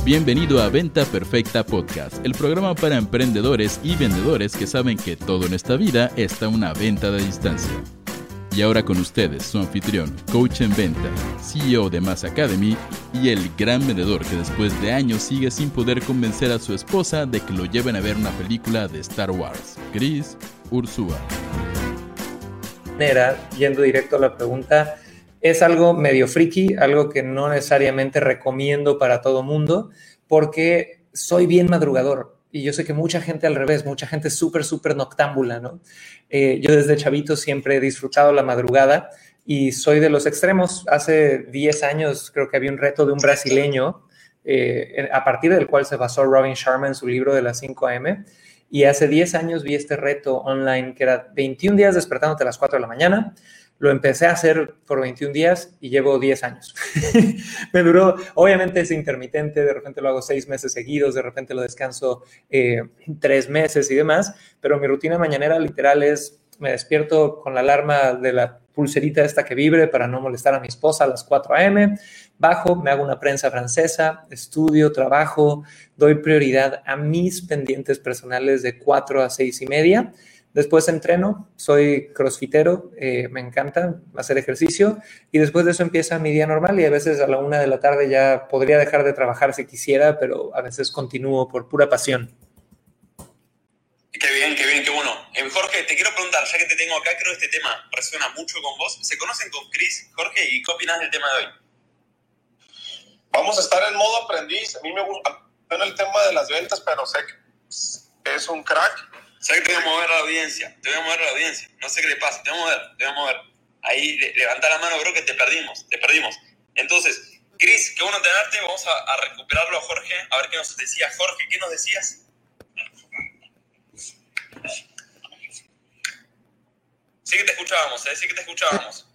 Bienvenido a Venta Perfecta Podcast, el programa para emprendedores y vendedores que saben que todo en esta vida está a una venta de distancia. Y ahora con ustedes, su anfitrión, coach en venta, CEO de Mass Academy y el gran vendedor que después de años sigue sin poder convencer a su esposa de que lo lleven a ver una película de Star Wars, Chris Ursúa. Yendo directo a la pregunta, es algo medio friki, algo que no necesariamente recomiendo para todo mundo, porque soy bien madrugador. Y yo sé que mucha gente al revés, mucha gente súper noctámbula, ¿no? Yo desde chavito siempre he disfrutado la madrugada y soy de los extremos. Hace 10 años creo que había un reto de un brasileño, a partir del cual se basó Robin Sharma en su libro de las 5 a.m., y hace 10 años vi este reto online que era 21 días despertándote a las 4 de la mañana. Lo empecé a hacer por 21 días y llevo 10 años. Me duró, obviamente es intermitente, de repente lo hago 6 meses seguidos, de repente lo descanso 3 meses y demás, pero mi rutina mañanera literal es, me despierto con la alarma de la pulserita esta que vibre para no molestar a mi esposa a las 4 a.m., bajo, me hago una prensa francesa, estudio, trabajo, doy prioridad a mis pendientes personales de 4 a 6 y media. Después entreno, soy crossfitero, me encanta hacer ejercicio y después de eso empieza mi día normal y a veces a la 1 de la tarde ya podría dejar de trabajar si quisiera, pero a veces continúo por pura pasión. Qué bien, qué bueno. Jorge, te quiero preguntar, ya que te tengo acá, creo que este tema resuena mucho con vos. ¿Se conocen con Chris, Jorge? ¿Y qué opinas del tema de hoy? Vamos a estar en modo aprendiz. A mí me gusta en el tema de las ventas, pero sé que es un crack. Sé que te voy a mover a la audiencia, no sé qué le pasa, te voy a mover. Ahí levanta la mano, bro, que te perdimos. Entonces, Chris, qué bueno tenerte, vamos a recuperarlo a Jorge, a ver qué nos decía. Jorge, ¿qué nos decías? Sí que te escuchábamos,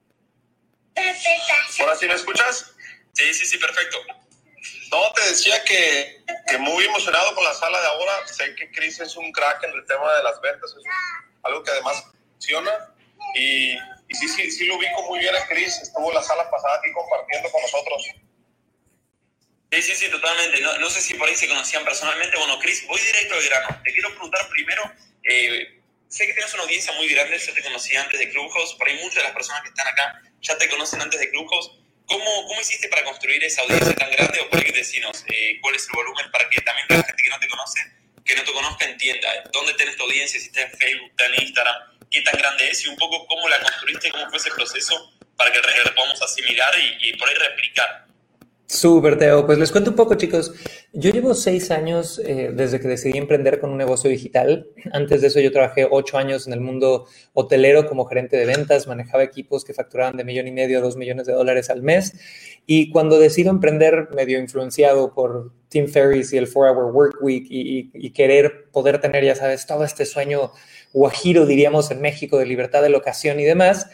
¿Ahora sí me escuchas? Sí, perfecto. No, te decía que muy emocionado con la sala de ahora. Sé que Chris es un crack en el tema de las ventas. Es algo que además funciona. Y sí lo ubico muy bien a Chris. Estuvo la sala pasada aquí compartiendo con nosotros. Sí, totalmente. No sé si por ahí se conocían personalmente. Bueno, Chris, voy directo al grano. Te quiero preguntar primero, sé que tienes una audiencia muy grande. Yo te conocí antes de Clubhouse. Por ahí muchas de las personas que están acá ya te conocen antes de Clubhouse. ¿Cómo hiciste para construir esa audiencia tan grande? O por ahí decinos cuál es el volumen para que también la gente que no te conoce, que no te conozca, entienda dónde tenés tu audiencia, si está en Facebook, está en Instagram, qué tan grande es y un poco cómo la construiste, cómo fue ese proceso para que la podamos asimilar y por ahí replicar. Súper, Teo. Pues les cuento un poco, chicos. Yo llevo 6 años desde que decidí emprender con un negocio digital. Antes de eso yo trabajé 8 años en el mundo hotelero como gerente de ventas, manejaba equipos que facturaban de $1.5 millones a $2 millones al mes. Y cuando decido emprender, medio influenciado por Tim Ferriss y el 4-Hour Workweek y querer poder tener, ya sabes, todo este sueño guajiro, diríamos, en México, de libertad de locación y demás,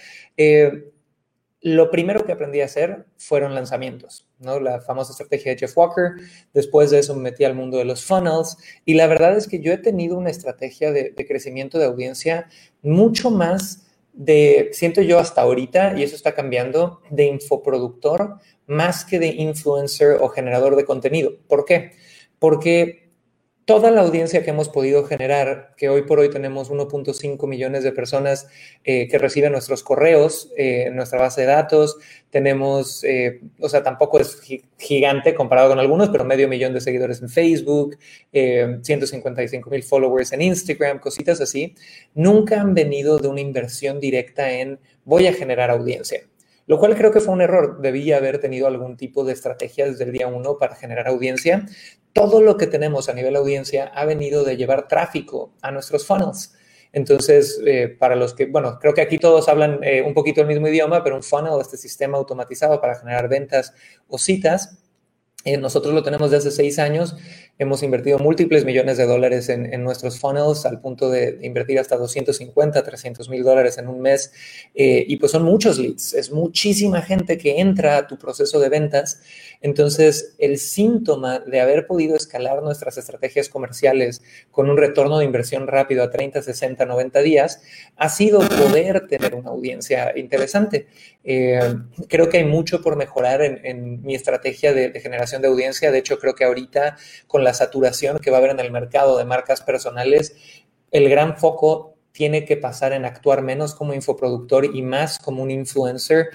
lo primero que aprendí a hacer fueron lanzamientos, ¿no? La famosa estrategia de Jeff Walker. Después de eso me metí al mundo de los funnels. Y la verdad es que yo he tenido una estrategia de crecimiento de audiencia mucho más siento yo hasta ahorita, y eso está cambiando, de infoproductor más que de influencer o generador de contenido. ¿Por qué? Porque toda la audiencia que hemos podido generar, que hoy por hoy tenemos 1.5 millones de personas que reciben nuestros correos en nuestra base de datos, tenemos, tampoco es gigante comparado con algunos, pero 500,000 de seguidores en Facebook, 155,000 followers en Instagram, cositas así, nunca han venido de una inversión directa en voy a generar audiencia. Lo cual creo que fue un error. Debía haber tenido algún tipo de estrategia desde el día 1 para generar audiencia. Todo lo que tenemos a nivel audiencia ha venido de llevar tráfico a nuestros funnels. Entonces, para los que, creo que aquí todos hablan un poquito el mismo idioma, pero un funnel, este sistema automatizado para generar ventas o citas, nosotros lo tenemos desde hace 6 años. Hemos invertido múltiples millones de dólares en nuestros funnels, al punto de invertir hasta 250, 300 mil dólares en un mes. Y pues son muchos leads, es muchísima gente que entra a tu proceso de ventas. Entonces, el síntoma de haber podido escalar nuestras estrategias comerciales con un retorno de inversión rápido a 30, 60, 90 días ha sido poder tener una audiencia interesante. Creo que hay mucho por mejorar en mi estrategia de generación monetización de audiencia. De hecho, creo que ahorita, con la saturación que va a haber en el mercado de marcas personales, el gran foco tiene que pasar en actuar menos como infoproductor y más como un influencer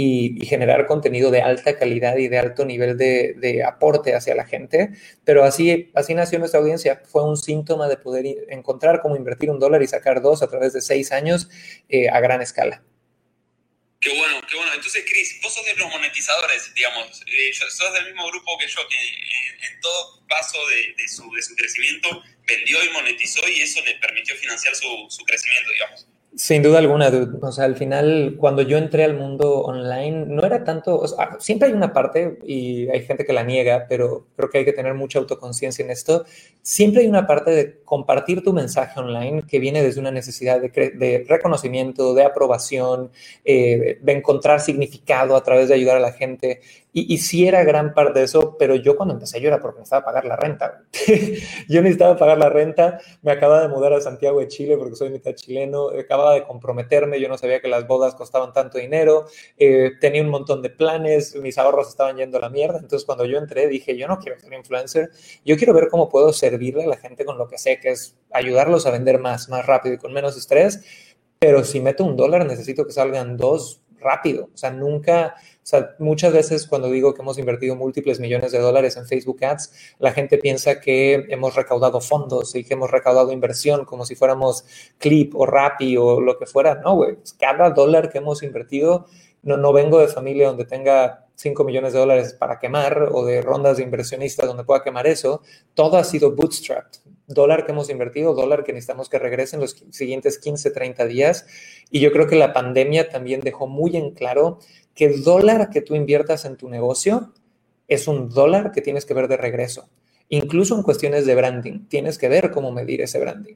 y generar contenido de alta calidad y de alto nivel de aporte hacia la gente. Pero así nació nuestra audiencia. Fue un síntoma de poder encontrar cómo invertir $1 y sacar 2 a través de 6 años a gran escala. Qué bueno, qué bueno. Entonces, Chris, vos sos de los monetizadores, digamos. Sos del mismo grupo que yo, que en todo paso de su crecimiento vendió y monetizó, y eso le permitió financiar su crecimiento, digamos. Sin duda alguna, dude. O sea, al final, cuando yo entré al mundo online, no era tanto, o sea, siempre hay una parte, y hay gente que la niega, pero creo que hay que tener mucha autoconciencia en esto. Siempre hay una parte de compartir tu mensaje online que viene desde una necesidad de reconocimiento, de aprobación, de encontrar significado a través de ayudar a la gente. Y sí era gran parte de eso, pero yo cuando empecé yo era porque necesitaba pagar la renta. Yo necesitaba pagar la renta, me acababa de mudar a Santiago de Chile porque soy mitad chileno, acababa de comprometerme, yo no sabía que las bodas costaban tanto dinero, tenía un montón de planes, mis ahorros estaban yendo a la mierda. Entonces cuando yo entré dije, yo no quiero ser influencer, yo quiero ver cómo puedo servirle a la gente con lo que sé, que es ayudarlos a vender más rápido y con menos estrés. Pero si meto $1, necesito que salgan 2 rápido. O sea, nunca... O sea, muchas veces cuando digo que hemos invertido múltiples millones de dólares en Facebook Ads, la gente piensa que hemos recaudado fondos y que hemos recaudado inversión como si fuéramos Clip o Rappi o lo que fuera. No, güey. Cada dólar que hemos invertido, no vengo de familia donde tenga 5 millones de dólares para quemar o de rondas de inversionistas donde pueda quemar eso. Todo ha sido bootstrapped. Dólar que hemos invertido, dólar que necesitamos que regrese en los siguientes 15, 30 días. Y yo creo que la pandemia también dejó muy en claro que el dólar que tú inviertas en tu negocio es un dólar que tienes que ver de regreso. Incluso en cuestiones de branding, tienes que ver cómo medir ese branding.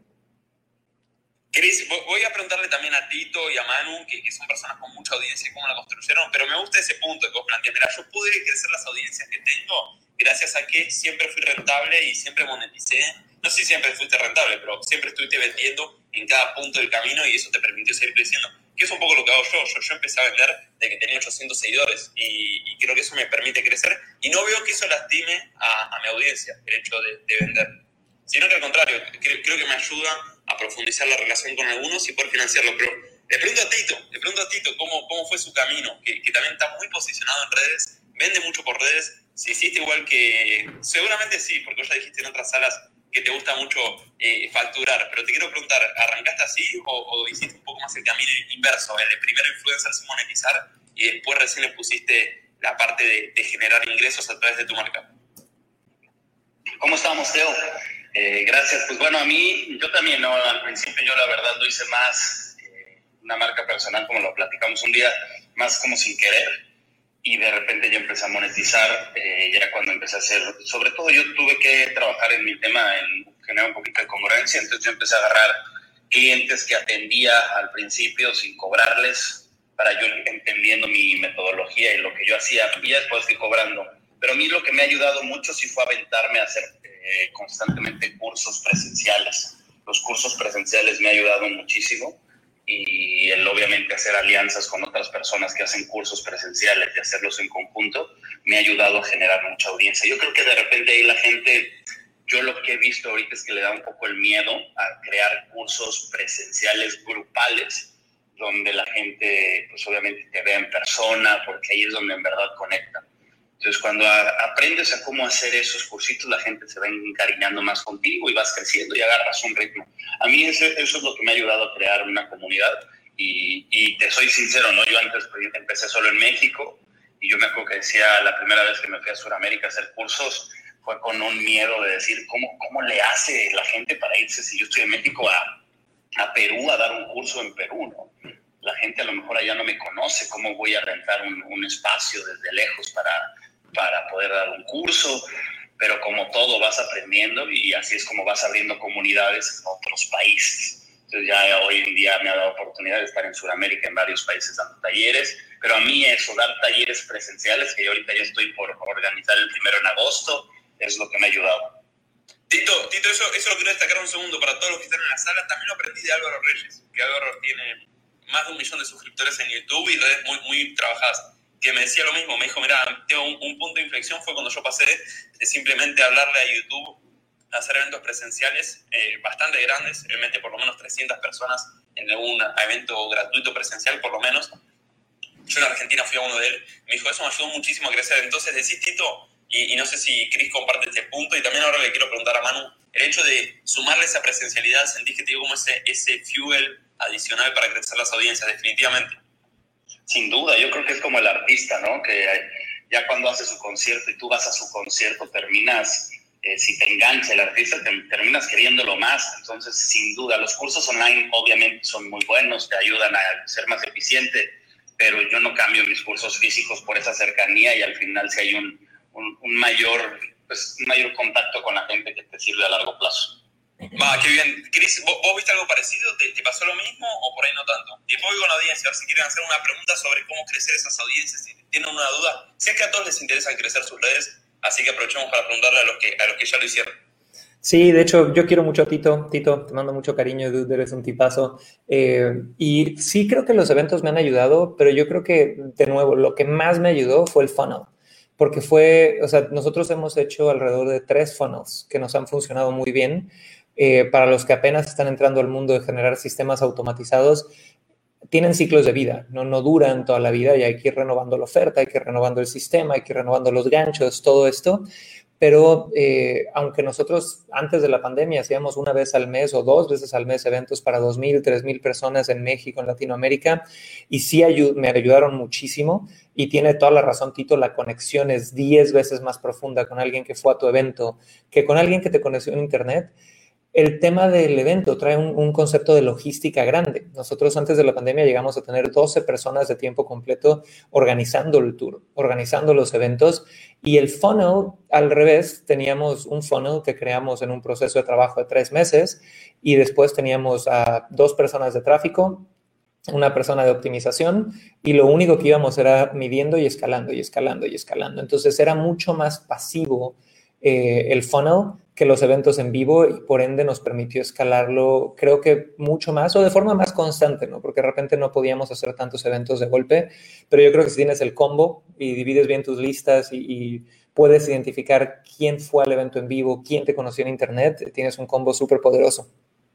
Chris, voy a preguntarle también a Tito y a Manu, que son personas con mucha audiencia y cómo la construyeron, pero me gusta ese punto que vos planteas. Mira, yo pude crecer las audiencias que tengo gracias a que siempre fui rentable y siempre moneticé. No sé si siempre fuiste rentable, pero siempre estuviste vendiendo en cada punto del camino y eso te permitió seguir creciendo. Que es un poco lo que hago yo. Yo empecé a vender de que tenía 800 seguidores y creo que eso me permite crecer. Y no veo que eso lastime a mi audiencia, el hecho de vender. Sino que al contrario, creo que me ayuda a profundizar la relación con algunos y poder financiarlo. Pero le pregunto a Tito cómo fue su camino, que también está muy posicionado en redes, vende mucho por redes. Si hiciste igual que... Seguramente sí, porque vos ya dijiste en otras salas que te gusta mucho facturar, pero te quiero preguntar, ¿arrancaste así o hiciste un poco más el camino inverso, el de primero influencer sin monetizar y después recién le pusiste la parte de generar ingresos a través de tu marca? ¿Cómo estamos, Teo? Gracias. Pues bueno, a mí, yo también, ¿no? Al principio yo la verdad lo hice más una marca personal, como lo platicamos un día, más como sin querer. Y de repente ya empecé a monetizar, ya cuando empecé a hacer, sobre todo yo tuve que trabajar en mi tema, en generar un poquito de congruencia, entonces yo empecé a agarrar clientes que atendía al principio sin cobrarles, para yo entendiendo mi metodología y lo que yo hacía, y ya después fui cobrando. Pero a mí lo que me ha ayudado mucho sí fue aventarme a hacer constantemente cursos presenciales. Los cursos presenciales me han ayudado muchísimo. Y el obviamente hacer alianzas con otras personas que hacen cursos presenciales y hacerlos en conjunto me ha ayudado a generar mucha audiencia. Yo creo que de repente ahí la gente, yo lo que he visto ahorita es que le da un poco el miedo a crear cursos presenciales grupales donde la gente pues obviamente te vea en persona, porque ahí es donde en verdad conectan. Entonces cuando aprendes a cómo hacer esos cursitos, la gente se va encariñando más contigo y vas creciendo y agarras un ritmo. A mí eso es lo que me ha ayudado a crear una comunidad y te soy sincero, ¿no? Yo antes empecé solo en México y yo me acuerdo que decía la primera vez que me fui a Sudamérica a hacer cursos fue con un miedo de decir ¿cómo le hace la gente para irse si yo estoy en México a Perú a dar un curso en Perú, ¿no? La gente a lo mejor allá no me conoce, ¿cómo voy a rentar un espacio desde lejos para poder dar un curso? Pero como todo vas aprendiendo y así es como vas abriendo comunidades en otros países. Entonces ya hoy en día me ha dado oportunidad de estar en Sudamérica, en varios países dando talleres, pero a mí eso, dar talleres presenciales, que yo ahorita ya estoy por organizar el primero en agosto, es lo que me ha ayudado. Tito, eso lo quiero destacar un segundo para todos los que están en la sala. También lo aprendí de Álvaro Reyes, que Álvaro tiene más de 1 millón de suscriptores en YouTube y redes muy, muy trabajadas. que me decía lo mismo. Me dijo, mira, tengo un punto de inflexión fue cuando yo pasé de simplemente hablarle a YouTube, a hacer eventos presenciales bastante grandes. Él mete por lo menos 300 personas en un evento gratuito presencial, por lo menos. Yo en Argentina fui a uno de él. Me dijo, eso me ayudó muchísimo a crecer. Entonces decís, Tito, y no sé si Chris comparte este punto, y también ahora le quiero preguntar a Manu, el hecho de sumarle esa presencialidad, ¿sentís que te dio como ese fuel adicional para crecer las audiencias? Definitivamente. Sin duda, yo creo que es como el artista, ¿no? Que ya cuando hace su concierto y tú vas a su concierto, terminas, si te engancha el artista, terminas queriéndolo más. Entonces, sin duda, los cursos online obviamente son muy buenos, te ayudan a ser más eficiente, pero yo no cambio mis cursos físicos por esa cercanía, y al final si hay un mayor contacto con la gente que te sirve a largo plazo. Va, qué bien. Chris, ¿vos viste algo parecido? ¿Te pasó lo mismo o por ahí no tanto? Y después voy con la audiencia, a ver si quieren hacer una pregunta sobre cómo crecer esas audiencias. Si tienen una duda, sé que a todos les interesa crecer sus redes, así que aprovechemos para preguntarle a los que ya lo hicieron. Sí, de hecho, yo quiero mucho a Tito. Tito, te mando mucho cariño, dude, eres un tipazo. Y sí creo que los eventos me han ayudado, pero yo creo que, de nuevo, lo que más me ayudó fue el funnel. Porque nosotros hemos hecho alrededor de 3 funnels que nos han funcionado muy bien. Para los que apenas están entrando al mundo de generar sistemas automatizados, tienen ciclos de vida, no duran toda la vida, y hay que ir renovando la oferta, hay que ir renovando el sistema, hay que ir renovando los ganchos, todo esto. Pero aunque nosotros antes de la pandemia hacíamos una vez al mes o 2 veces al mes eventos para 2,000, 3,000 personas en México, en Latinoamérica, y sí me ayudaron muchísimo, y tiene toda la razón Tito, la conexión es 10 veces más profunda con alguien que fue a tu evento que con alguien que te conoció en internet. El tema del evento trae un concepto de logística grande. Nosotros antes de la pandemia llegamos a tener 12 personas de tiempo completo organizando el tour, organizando los eventos, y el funnel, al revés, teníamos un funnel que creamos en un proceso de trabajo de 3 meses, y después teníamos a 2 personas de tráfico, una persona de optimización, y lo único que íbamos era midiendo y escalando y escalando y escalando. Entonces era mucho más pasivo el funnel que los eventos en vivo, y por ende nos permitió escalarlo, creo que mucho más o de forma más constante, ¿no? Porque de repente no podíamos hacer tantos eventos de golpe, pero yo creo que si tienes el combo y divides bien tus listas y puedes identificar quién fue al evento en vivo, quién te conoció en internet, tienes un combo súper poderoso.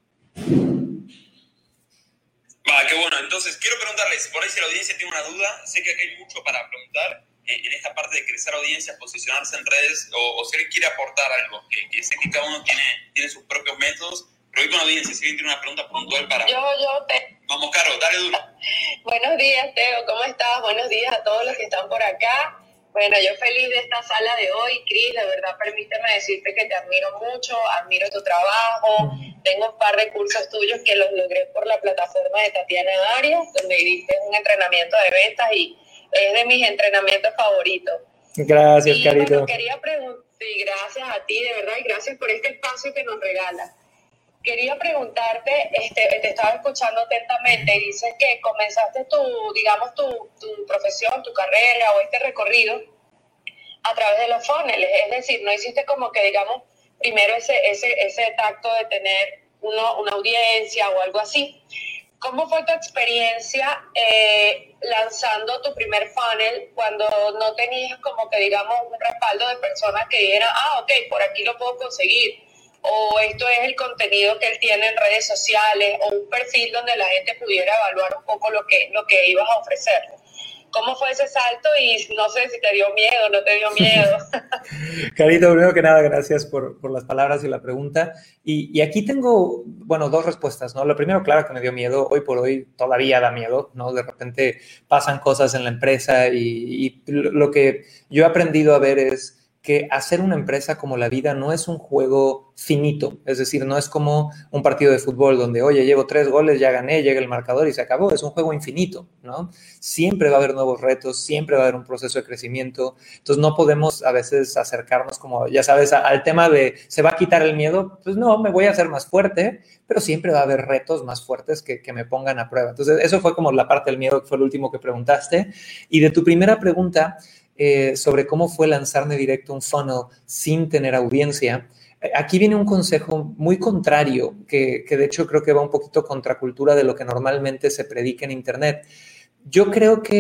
Va, qué bueno. Entonces, quiero preguntarles, por ahí si la audiencia tiene una duda, sé que acá hay mucho para preguntar en esta parte de crecer audiencias, posicionarse en redes, o si alguien quiere aportar algo, que sé que cada uno tiene sus propios métodos, pero hoy con la audiencia, si alguien tiene una pregunta puntual para... Vamos, Caro, dale duro. Buenos días, Teo, ¿cómo estás? Buenos días a todos los que están por acá. Bueno, yo feliz de esta sala de hoy, Chris, de verdad permíteme decirte que te admiro mucho, admiro tu trabajo, tengo un par de cursos tuyos que los logré por la plataforma de Tatiana Arias, donde diste un entrenamiento de ventas y es de mis entrenamientos favoritos. Gracias, Carito. Bueno, quería preguntar, y gracias a ti, de verdad, y gracias por este espacio que nos regalas. Quería preguntarte, te estaba escuchando atentamente, y dices que comenzaste tu profesión, tu carrera o este recorrido a través de los funnels, es decir, no hiciste como que, digamos, primero ese tacto de tener una audiencia o algo así. ¿Cómo fue tu experiencia lanzando tu primer funnel cuando no tenías como que, digamos, un respaldo de personas que dijeran, ok, por aquí lo puedo conseguir? O esto es el contenido que él tiene en redes sociales, o un perfil donde la gente pudiera evaluar un poco lo que ibas a ofrecer. ¿Cómo fue ese salto? Y no sé si te dio miedo o no te dio miedo. Carito, primero que nada, gracias por las palabras y la pregunta. Y aquí tengo, 2 respuestas, ¿no? Lo primero, claro que me dio miedo. Hoy por hoy todavía da miedo, ¿no? De repente pasan cosas en la empresa, y lo que yo he aprendido a ver es que hacer una empresa como la vida no es un juego finito, es decir, no es como un partido de fútbol donde, oye, llevo 3 goles, ya gané, llega el marcador y se acabó. Es un juego infinito, ¿no? Siempre va a haber nuevos retos, siempre va a haber un proceso de crecimiento. Entonces no podemos a veces acercarnos como, ya sabes, al tema de, ¿se va a quitar el miedo? Pues no, me voy a hacer más fuerte, pero siempre va a haber retos más fuertes que me pongan a prueba. Entonces eso fue como la parte del miedo, que fue lo último que preguntaste. Y de tu primera pregunta, sobre cómo fue lanzarme directo un funnel sin tener audiencia, aquí viene un consejo muy contrario, que de hecho creo que va un poquito contracultura de lo que normalmente se predica en internet. Yo creo que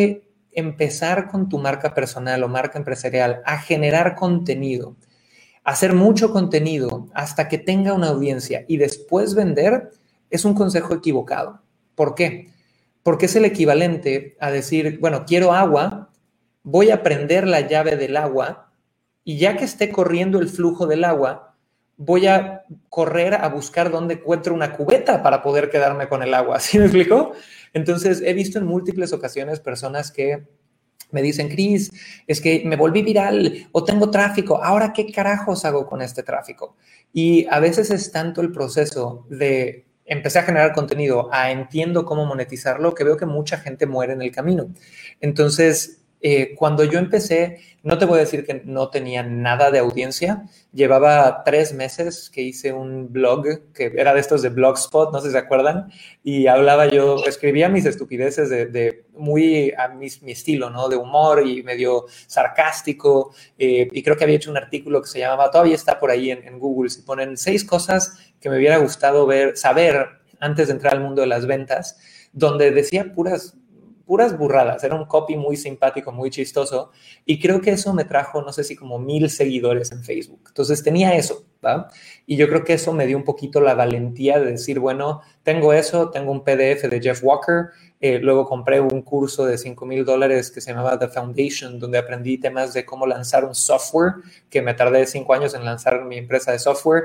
empezar con tu marca personal o marca empresarial a generar contenido, hacer mucho contenido hasta que tenga una audiencia y después vender, es un consejo equivocado. ¿Por qué? Porque es el equivalente a decir, bueno, quiero agua, voy a prender la llave del agua y ya que esté corriendo el flujo del agua, voy a correr a buscar dónde encuentro una cubeta para poder quedarme con el agua. ¿Sí me explico? Entonces, he visto en múltiples ocasiones personas que me dicen, Chris, es que me volví viral o tengo tráfico. Ahora, ¿qué carajos hago con este tráfico? Y a veces es tanto el proceso de empecé a generar contenido, a entiendo cómo monetizarlo, que veo que mucha gente muere en el camino. Entonces, cuando yo empecé, no te voy a decir que no tenía nada de audiencia. Llevaba 3 meses que hice un blog, que era de estos de Blogspot, no sé si se acuerdan, y hablaba yo, escribía mis estupideces de muy a mi estilo, ¿no? De humor y medio sarcástico, y creo que había hecho un artículo que se llamaba, todavía está por ahí en Google, si ponen 6 cosas que me hubiera gustado saber antes de entrar al mundo de las ventas, donde decía puras burradas, era un copy muy simpático, muy chistoso, y creo que eso me trajo, no sé si como 1000 seguidores en Facebook. Entonces tenía eso, ¿va? Y yo creo que eso me dio un poquito la valentía de decir, bueno, tengo eso, tengo un PDF de Jeff Walker, luego compré un curso de $5,000 que se llamaba The Foundation, donde aprendí temas de cómo lanzar un software, que me tardé 5 años en lanzar mi empresa de software,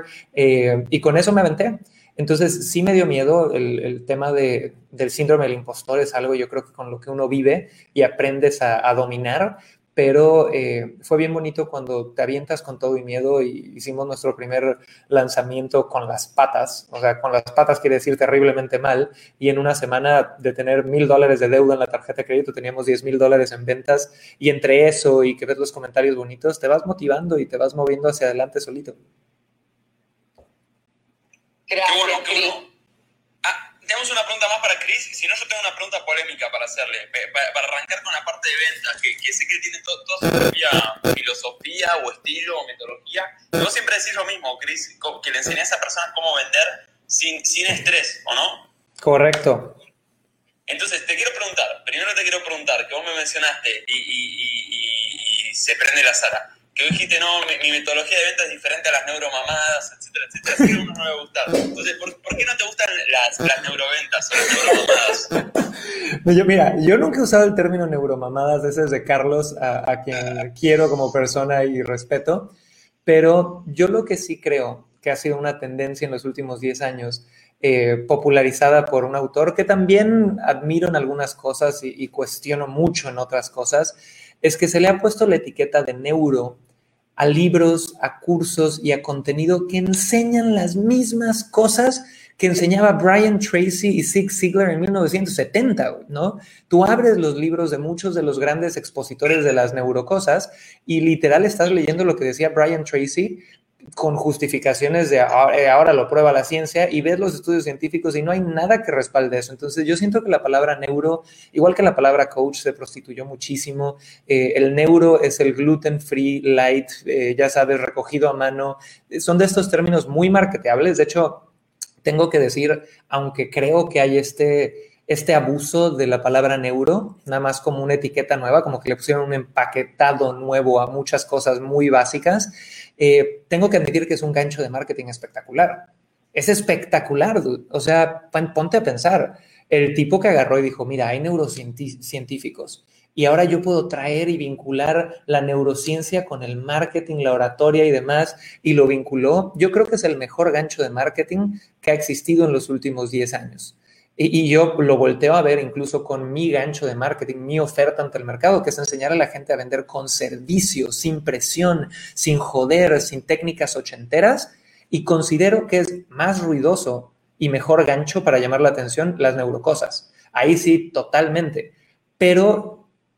y con eso me aventé. Entonces, sí me dio miedo el tema del síndrome del impostor, es algo yo creo que con lo que uno vive y aprendes a dominar, pero fue bien bonito cuando te avientas con todo y miedo y hicimos nuestro primer lanzamiento con las patas, o sea, con las patas quiere decir terriblemente mal, y en una semana de tener $1,000 de deuda en la tarjeta de crédito, teníamos $10,000 en ventas, y entre eso y que ves los comentarios bonitos, te vas motivando y te vas moviendo hacia adelante solito. Gracias, qué bueno. Chris. Tenemos una pregunta más para Chris. Si no, yo tengo una pregunta polémica para hacerle. Para arrancar con la parte de ventas, que sé que tiene toda su propia filosofía o estilo o metodología. Vos siempre decís lo mismo, Chris, que le enseñás a personas cómo vender sin estrés, ¿o no? Correcto. Entonces, primero te quiero preguntar, que vos me mencionaste y se prende la sala, que vos dijiste, no, mi metodología de venta es diferente a las neuromamadas, etcétera, así que a uno no me va a gustar. Entonces, ¿por qué no te gustan las neuroventas o las neuromamadas? Yo nunca he usado el término neuromamadas, ese es de Carlos, a quien quiero como persona y respeto, pero yo lo que sí creo que ha sido una tendencia en los últimos 10 años, popularizada por un autor que también admiro en algunas cosas y cuestiono mucho en otras cosas, es que se le ha puesto la etiqueta de neuro a libros, a cursos y a contenido que enseñan las mismas cosas que enseñaba Brian Tracy y Zig Ziglar en 1970, ¿no? Tú abres los libros de muchos de los grandes expositores de las neurocosas y literal estás leyendo lo que decía Brian Tracy con justificaciones de ahora lo prueba la ciencia y ves los estudios científicos y no hay nada que respalde eso. Entonces yo siento que la palabra neuro, igual que la palabra coach, se prostituyó muchísimo. El neuro es el gluten free light, ya sabes, recogido a mano. Son de estos términos muy marketeables. De hecho, tengo que decir, aunque creo que hay este abuso de la palabra neuro, nada más como una etiqueta nueva, como que le pusieron un empaquetado nuevo a muchas cosas muy básicas, tengo que admitir que es un gancho de marketing espectacular. Es espectacular, dude. O sea, ponte a pensar. El tipo que agarró y dijo, mira, hay neurocientíficos y ahora yo puedo traer y vincular la neurociencia con el marketing, la oratoria y demás, y lo vinculó. Yo creo que es el mejor gancho de marketing que ha existido en los últimos 10 años. Y yo lo volteo a ver incluso con mi gancho de marketing, mi oferta ante el mercado, que es enseñar a la gente a vender con servicio, sin presión, sin joder, sin técnicas ochenteras, y considero que es más ruidoso y mejor gancho para llamar la atención las neurocosas. Ahí sí, totalmente. Pero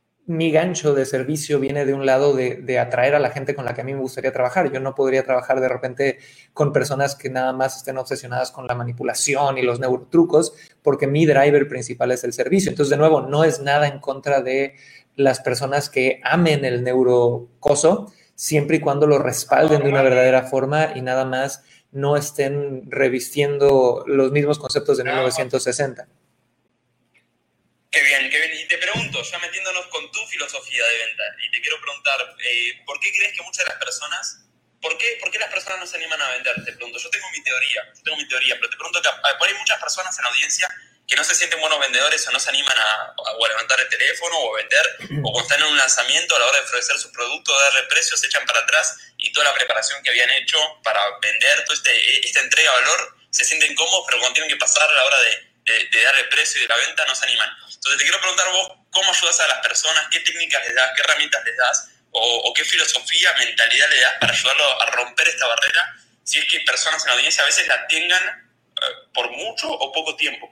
mi gancho de servicio viene de un lado de atraer a la gente con la que a mí me gustaría trabajar. Yo no podría trabajar de repente con personas que nada más estén obsesionadas con la manipulación y los neurotrucos, porque mi driver principal es el servicio. Entonces, de nuevo, no es nada en contra de las personas que amen el neurocoso, siempre y cuando lo respalden de una verdadera forma y nada más no estén revistiendo los mismos conceptos de 1960. Qué bien. Y te pregunto, pregunto, ya metiéndonos con tu filosofía de venta, y te quiero preguntar, ¿por qué crees que muchas de las personas, por qué las personas no se animan a vender? Te pregunto, yo tengo mi teoría, pero te pregunto que hay muchas personas en la audiencia que no se sienten buenos vendedores o no se animan a levantar el teléfono o a vender, o cuando están en un lanzamiento a la hora de ofrecer su producto, darle precios, se echan para atrás y toda la preparación que habían hecho para vender, toda esta entrega de valor, se sienten cómodos, pero cuando tienen que pasar a la hora de dar el precio y de la venta no se animan. Entonces te quiero preguntar vos, ¿cómo ayudas a las personas? ¿Qué técnicas les das? ¿Qué herramientas les das? ¿O qué filosofía, mentalidad le das para ayudarlo a romper esta barrera? Si es que personas en la audiencia a veces la tengan por mucho o poco tiempo.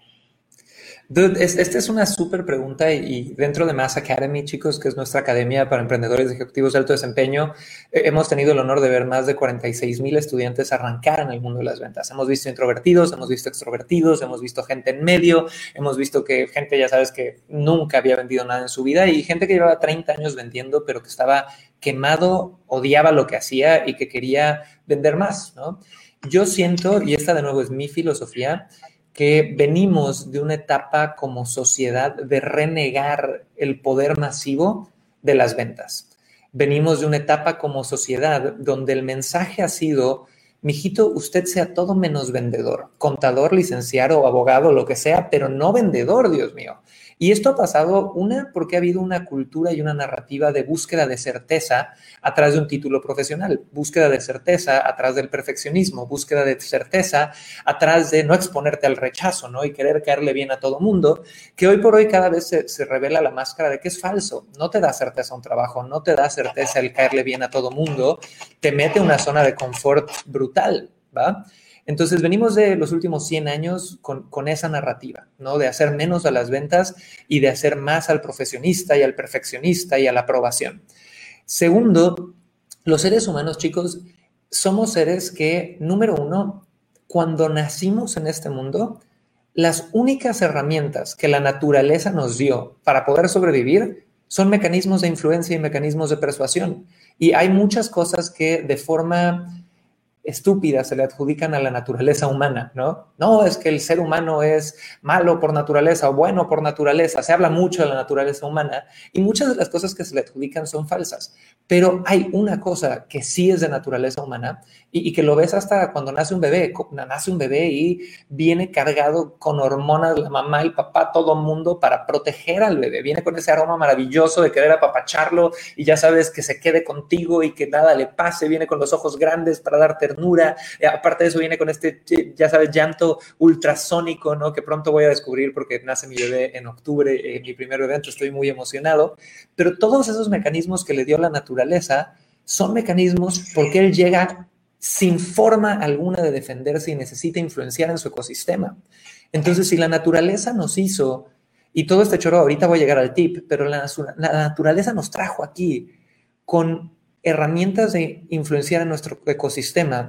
Dude, esta es una súper pregunta y dentro de Mass Academy, chicos, que es nuestra academia para emprendedores ejecutivos de alto desempeño, hemos tenido el honor de ver más de 46,000 estudiantes arrancar en el mundo de las ventas. Hemos visto introvertidos, hemos visto extrovertidos, hemos visto gente en medio, hemos visto que gente, ya sabes, que nunca había vendido nada en su vida y gente que llevaba 30 años vendiendo, pero que estaba quemado, odiaba lo que hacía y que quería vender más, ¿no? Yo siento, y esta de nuevo es mi filosofía, que venimos de una etapa como sociedad de renegar el poder masivo de las ventas. Venimos de una etapa como sociedad donde el mensaje ha sido, mijito, usted sea todo menos vendedor, contador, licenciado o abogado, lo que sea, pero no vendedor, Dios mío. Y esto ha pasado, porque ha habido una cultura y una narrativa de búsqueda de certeza a través de un título profesional, búsqueda de certeza a través del perfeccionismo, búsqueda de certeza a través de no exponerte al rechazo, ¿no? Y querer caerle bien a todo mundo, que hoy por hoy cada vez se revela la máscara de que es falso. No te da certeza un trabajo, no te da certeza el caerle bien a todo mundo, te mete en una zona de confort brutal, ¿va? Entonces, venimos de los últimos 100 años con esa narrativa, ¿no? De hacer menos a las ventas y de hacer más al profesionista y al perfeccionista y a la aprobación. Segundo, los seres humanos, chicos, somos seres que, número uno, cuando nacimos en este mundo, las únicas herramientas que la naturaleza nos dio para poder sobrevivir son mecanismos de influencia y mecanismos de persuasión. Y hay muchas cosas que de forma estúpidas se le adjudican a la naturaleza humana, ¿no? No, es que el ser humano es malo por naturaleza o bueno por naturaleza. Se habla mucho de la naturaleza humana y muchas de las cosas que se le adjudican son falsas. Pero hay una cosa que sí es de naturaleza humana y que lo ves hasta cuando nace un bebé. Nace un bebé y viene cargado con hormonas la mamá, el papá, todo el mundo para proteger al bebé. Viene con ese aroma maravilloso de querer apapacharlo y ya sabes que se quede contigo y que nada le pase. Viene con los ojos grandes para dar ternura. Aparte de eso viene con este, ya sabes, llanto ultrasónico, ¿no? Que pronto voy a descubrir porque nace mi bebé en octubre, mi primer evento. Estoy muy emocionado. Pero todos esos mecanismos que le dio la naturaleza son mecanismos porque él llega sin forma alguna de defenderse y necesita influenciar en su ecosistema. Entonces, si la naturaleza nos hizo, y todo este choro, ahorita voy a llegar al tip, pero la naturaleza nos trajo aquí con herramientas de influenciar en nuestro ecosistema.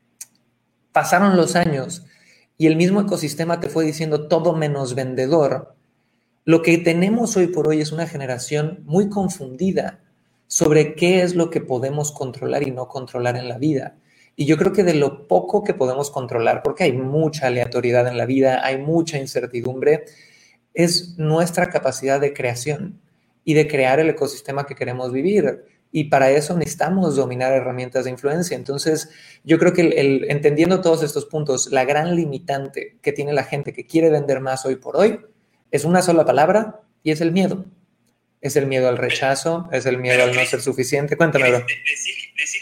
Pasaron los años y el mismo ecosistema te fue diciendo todo menos vendedor. Lo que tenemos hoy por hoy es una generación muy confundida sobre qué es lo que podemos controlar y no controlar en la vida. Y yo creo que de lo poco que podemos controlar, porque hay mucha aleatoriedad en la vida, hay mucha incertidumbre, es nuestra capacidad de creación y de crear el ecosistema que queremos vivir. Y para eso necesitamos dominar herramientas de influencia. Entonces, yo creo que entendiendo todos estos puntos, la gran limitante que tiene la gente que quiere vender más hoy por hoy es una sola palabra y es el miedo. Es el miedo al rechazo, es el miedo al no ser suficiente. Cuéntame, bro. Decís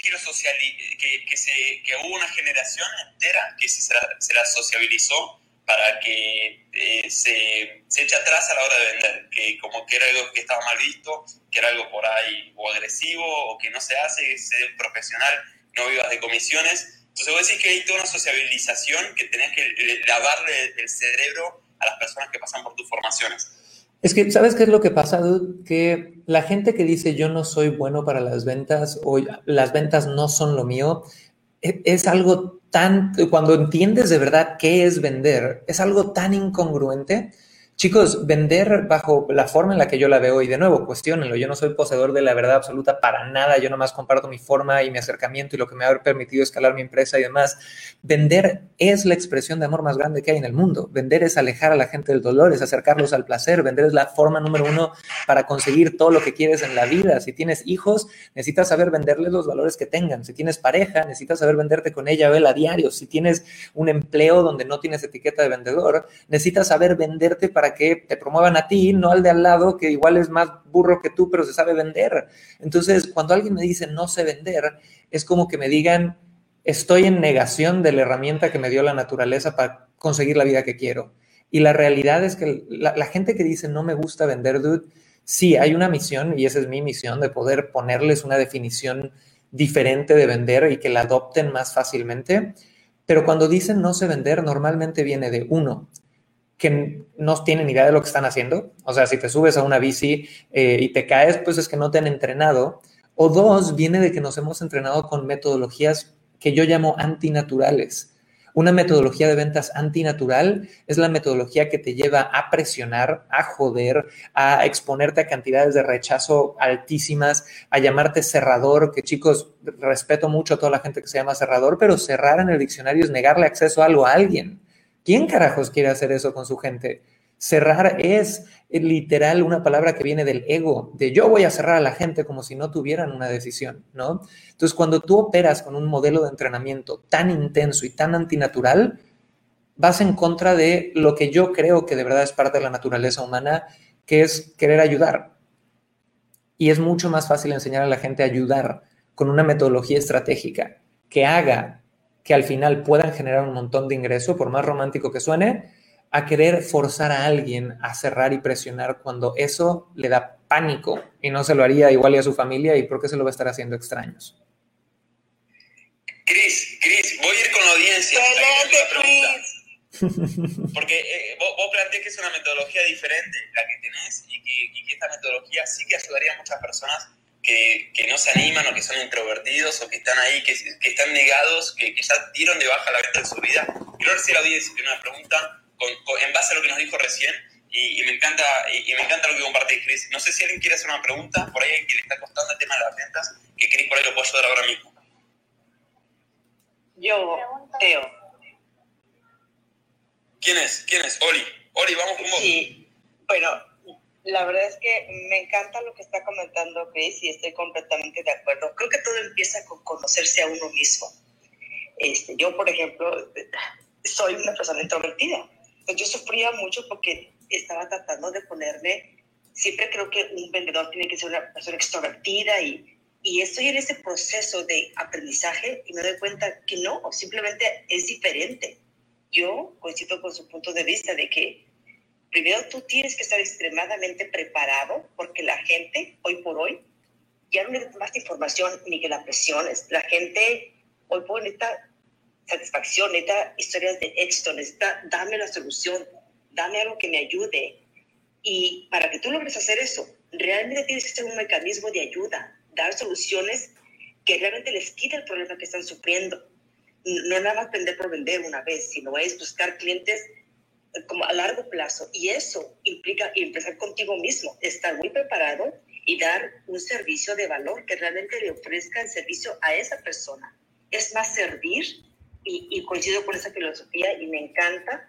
que hubo una generación entera que se la sociabilizó para que se eche atrás a la hora de vender, que como que era algo que estaba mal visto, que era algo por ahí o agresivo o que no se hace, ser un profesional, no vivas de comisiones. Entonces vos decís que hay toda una sociabilización que tenés que lavarle el cerebro a las personas que pasan por tus formaciones. Es que, ¿sabes qué es lo que pasa, dude? Que la gente que dice yo no soy bueno para las ventas o las ventas no son lo mío, es algo tan, cuando entiendes de verdad qué es vender, es algo tan incongruente Chicos, vender bajo la forma en la que yo la veo, y de nuevo, cuestiónenlo, yo no soy poseedor de la verdad absoluta para nada, yo nomás comparto mi forma y mi acercamiento y lo que me ha permitido escalar mi empresa y demás. Vender es la expresión de amor más grande que hay en el mundo. Vender es alejar a la gente del dolor, es acercarlos al placer. Vender es la forma número 1 para conseguir todo lo que quieres en la vida. Si tienes hijos, necesitas saber venderles los valores que tengan. Si tienes pareja, necesitas saber venderte con ella o él a diario. Si tienes un empleo donde no tienes etiqueta de vendedor, necesitas saber venderte para que te promuevan a ti, no al de al lado, que igual es más burro que tú, pero se sabe vender. Entonces, cuando alguien me dice no sé vender, es como que me digan, estoy en negación de la herramienta que me dio la naturaleza para conseguir la vida que quiero. Y la realidad es que la gente que dice no me gusta vender, dude, sí, hay una misión, y esa es mi misión, de poder ponerles una definición diferente de vender y que la adopten más fácilmente. Pero cuando dicen no sé vender, normalmente viene de uno, que no tienen idea de lo que están haciendo. O sea, si te subes a una bici y te caes, pues es que no te han entrenado. O dos, viene de que nos hemos entrenado con metodologías que yo llamo antinaturales. Una metodología de ventas antinatural es la metodología que te lleva a presionar, a joder, a exponerte a cantidades de rechazo altísimas, a llamarte cerrador, que chicos, respeto mucho a toda la gente que se llama cerrador, pero cerrar en el diccionario es negarle acceso a algo a alguien. ¿Quién carajos quiere hacer eso con su gente? Cerrar es literal una palabra que viene del ego, de yo voy a cerrar a la gente como si no tuvieran una decisión, ¿no? Entonces, cuando tú operas con un modelo de entrenamiento tan intenso y tan antinatural, vas en contra de lo que yo creo que de verdad es parte de la naturaleza humana, que es querer ayudar. Y es mucho más fácil enseñar a la gente a ayudar con una metodología estratégica que haga que al final puedan generar un montón de ingreso, por más romántico que suene, a querer forzar a alguien a cerrar y presionar cuando eso le da pánico y no se lo haría igual y a su familia, y por qué se lo va a estar haciendo extraños. Cris, voy a ir con la audiencia. Porque vos planteás que es una metodología diferente la que tenés y que esta metodología sí que ayudaría a muchas personas que no se animan o que son introvertidos o que están ahí, que están negados, que ya dieron de baja la venta de su vida. Quiero ver si la audiencia tiene una pregunta en base a lo que nos dijo recién y me encanta lo que comparte Cris. No sé si alguien quiere hacer una pregunta, por ahí a alguien que le está costando el tema de las ventas, que Cris por ahí lo puede ayudar ahora mismo. Yo, Teo. ¿Quién es? Oli, vamos con vos. Sí, bueno, la verdad es que me encanta lo que está comentando Cris y estoy completamente de acuerdo. Creo que todo empieza con conocerse a uno mismo. Yo, por ejemplo, soy una persona introvertida. Yo sufría mucho porque estaba tratando de ponerme, siempre creo que un vendedor tiene que ser una persona extrovertida y estoy en ese proceso de aprendizaje y me doy cuenta que no, simplemente es diferente. Yo coincido con su punto de vista de que primero tú tienes que estar extremadamente preparado porque la gente, hoy por hoy, ya no necesita más información ni que la presiones. La gente hoy por hoy necesita satisfacción, necesita historias de éxito, necesita dame la solución, dame algo que me ayude. Y para que tú logres hacer eso, realmente tienes que ser un mecanismo de ayuda, dar soluciones que realmente les quite el problema que están sufriendo. No nada más vender por vender una vez, sino es buscar clientes como a largo plazo. Y eso implica empezar contigo mismo, estar muy preparado y dar un servicio de valor que realmente le ofrezca el servicio a esa persona. Es más servir y coincido con esa filosofía y me encanta.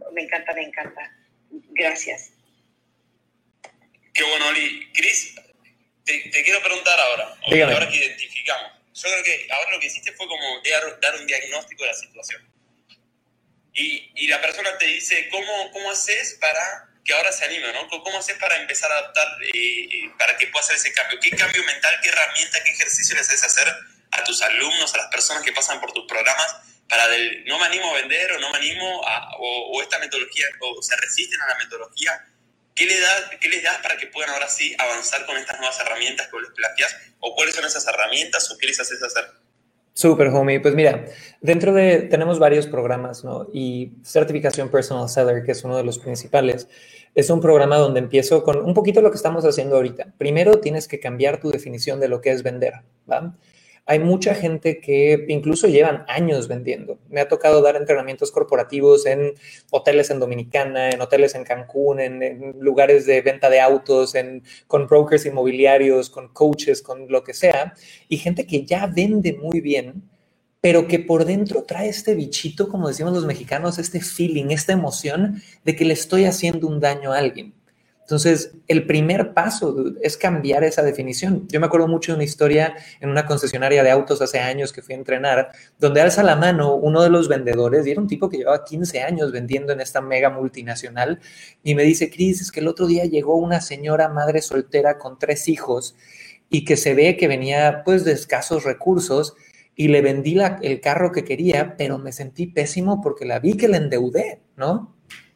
Gracias. Qué bueno, Oli. Cris, te quiero preguntar ahora, ahora que identificamos. Yo creo que ahora lo que hiciste fue como dar un diagnóstico de la situación. Y la persona te dice, ¿cómo haces para que ahora se anime, ¿no? ¿Cómo haces para empezar a adaptar, para que pueda hacer ese cambio? ¿Qué cambio mental, qué herramienta, qué ejercicio les haces hacer a tus alumnos, a las personas que pasan por tus programas, para del no me animo a vender o no me animo o esta metodología, o se resisten a la metodología? ¿Qué les das para que puedan ahora sí avanzar con estas nuevas herramientas que vos les planteás? ¿O cuáles son esas herramientas o qué les haces hacer? Súper, homie. Pues mira, tenemos varios programas, ¿no? Y Certificación Personal Seller, que es uno de los principales, es un programa donde empiezo con un poquito lo que estamos haciendo ahorita. Primero tienes que cambiar tu definición de lo que es vender, ¿va? Hay mucha gente que incluso llevan años vendiendo. Me ha tocado dar entrenamientos corporativos en hoteles en Dominicana, en hoteles en Cancún, en lugares de venta de autos, con brokers inmobiliarios, con coaches, con lo que sea, y gente que ya vende muy bien, pero que por dentro trae este bichito, como decimos los mexicanos, este feeling, esta emoción de que le estoy haciendo un daño a alguien. Entonces, el primer paso es cambiar esa definición. Yo me acuerdo mucho de una historia en una concesionaria de autos hace años que fui a entrenar, donde alza la mano uno de los vendedores, y era un tipo que llevaba 15 años vendiendo en esta mega multinacional, y me dice, Cris, es que el otro día llegó una señora madre soltera con 3 hijos y que se ve que venía pues de escasos recursos, y le vendí el carro que quería, pero me sentí pésimo porque la vi que le endeudé, ¿no?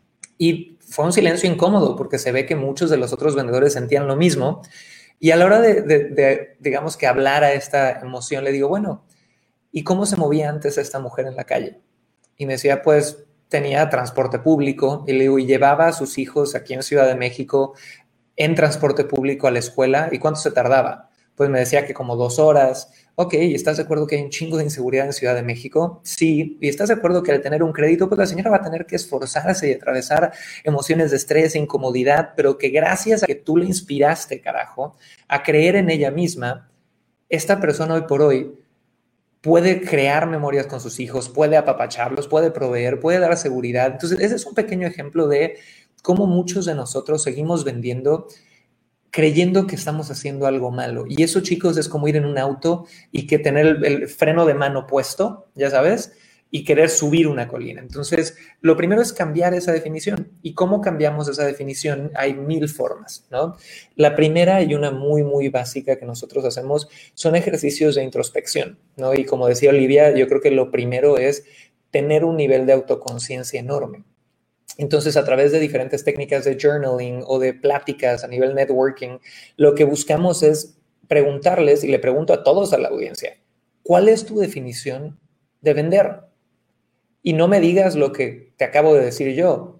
Y fue un silencio incómodo porque se ve que muchos de los otros vendedores sentían lo mismo. Y a la hora de digamos que hablar a esta emoción, le digo, bueno, ¿y cómo se movía antes esta mujer en la calle? Y me decía, pues tenía transporte público. Y le digo, y llevaba a sus hijos aquí en Ciudad de México en transporte público a la escuela. ¿Y cuánto se tardaba? Pues me decía que como 2 horas. Ok, ¿y estás de acuerdo que hay un chingo de inseguridad en Ciudad de México? Sí. ¿Y estás de acuerdo que al tener un crédito, pues la señora va a tener que esforzarse y atravesar emociones de estrés, incomodidad, pero que gracias a que tú le inspiraste, carajo, a creer en ella misma, esta persona hoy por hoy puede crear memorias con sus hijos, puede apapacharlos, puede proveer, puede dar seguridad? Entonces, ese es un pequeño ejemplo de cómo muchos de nosotros seguimos vendiendo creyendo que estamos haciendo algo malo. Y eso, chicos, es como ir en un auto y que tener el freno de mano puesto, ya sabes, y querer subir una colina. Entonces, lo primero es cambiar esa definición. ¿Y cómo cambiamos esa definición? Hay 1000 formas, ¿no? La primera y una muy, muy básica que nosotros hacemos son ejercicios de introspección, ¿no? Y como decía Olivia, yo creo que lo primero es tener un nivel de autoconciencia enorme. Entonces, a través de diferentes técnicas de journaling o de pláticas a nivel networking, lo que buscamos es preguntarles, y le pregunto a todos a la audiencia, ¿cuál es tu definición de vender? Y no me digas lo que te acabo de decir yo.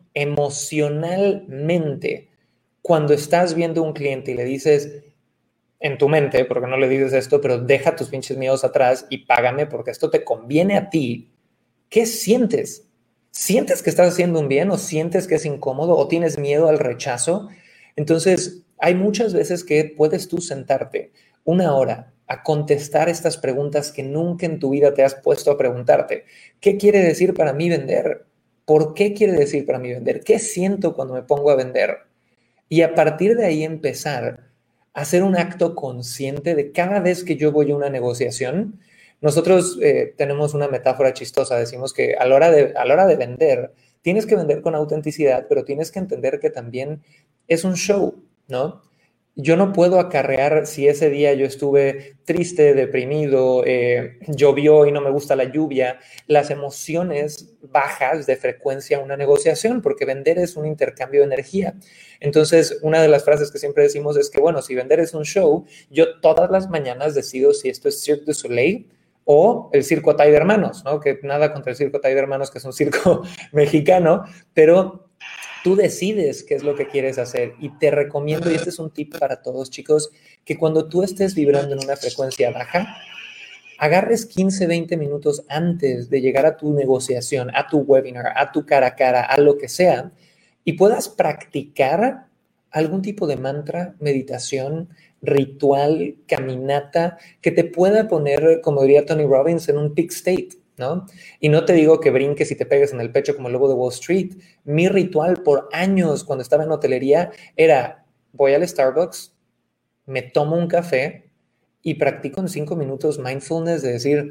Emocionalmente, cuando estás viendo a un cliente y le dices en tu mente, porque no le dices esto, pero deja tus pinches miedos atrás y págame porque esto te conviene a ti, ¿qué sientes? ¿Sientes que estás haciendo un bien o sientes que es incómodo o tienes miedo al rechazo? Entonces, hay muchas veces que puedes tú sentarte 1 hora a contestar estas preguntas que nunca en tu vida te has puesto a preguntarte. ¿Qué quiere decir para mí vender? ¿Por qué quiere decir para mí vender? ¿Qué siento cuando me pongo a vender? Y a partir de ahí empezar a hacer un acto consciente de cada vez que yo voy a una negociación. Nosotros tenemos una metáfora chistosa, decimos que a la hora de vender, tienes que vender con autenticidad, pero tienes que entender que también es un show, ¿no? Yo no puedo acarrear si ese día yo estuve triste, deprimido, llovió y no me gusta la lluvia, las emociones bajas de frecuencia a una negociación, porque vender es un intercambio de energía. Entonces, una de las frases que siempre decimos es que, bueno, si vender es un show, yo todas las mañanas decido si esto es Cirque du Soleil o el Circo Atay de Hermanos, ¿no? Que nada contra el Circo Atay de Hermanos, que es un circo mexicano, pero tú decides qué es lo que quieres hacer. Y te recomiendo, y este es un tip para todos, chicos, que cuando tú estés vibrando en una frecuencia baja, agarres 15, 20 minutos antes de llegar a tu negociación, a tu webinar, a tu cara a cara, a lo que sea, y puedas practicar algún tipo de mantra, meditación, ritual, caminata, que te pueda poner, como diría Tony Robbins, en un peak state, ¿no? Y no te digo que brinques y te pegues en el pecho como el lobo de Wall Street. Mi ritual por años cuando estaba en hotelería era, voy al Starbucks, me tomo un café y practico en 5 minutos mindfulness de decir,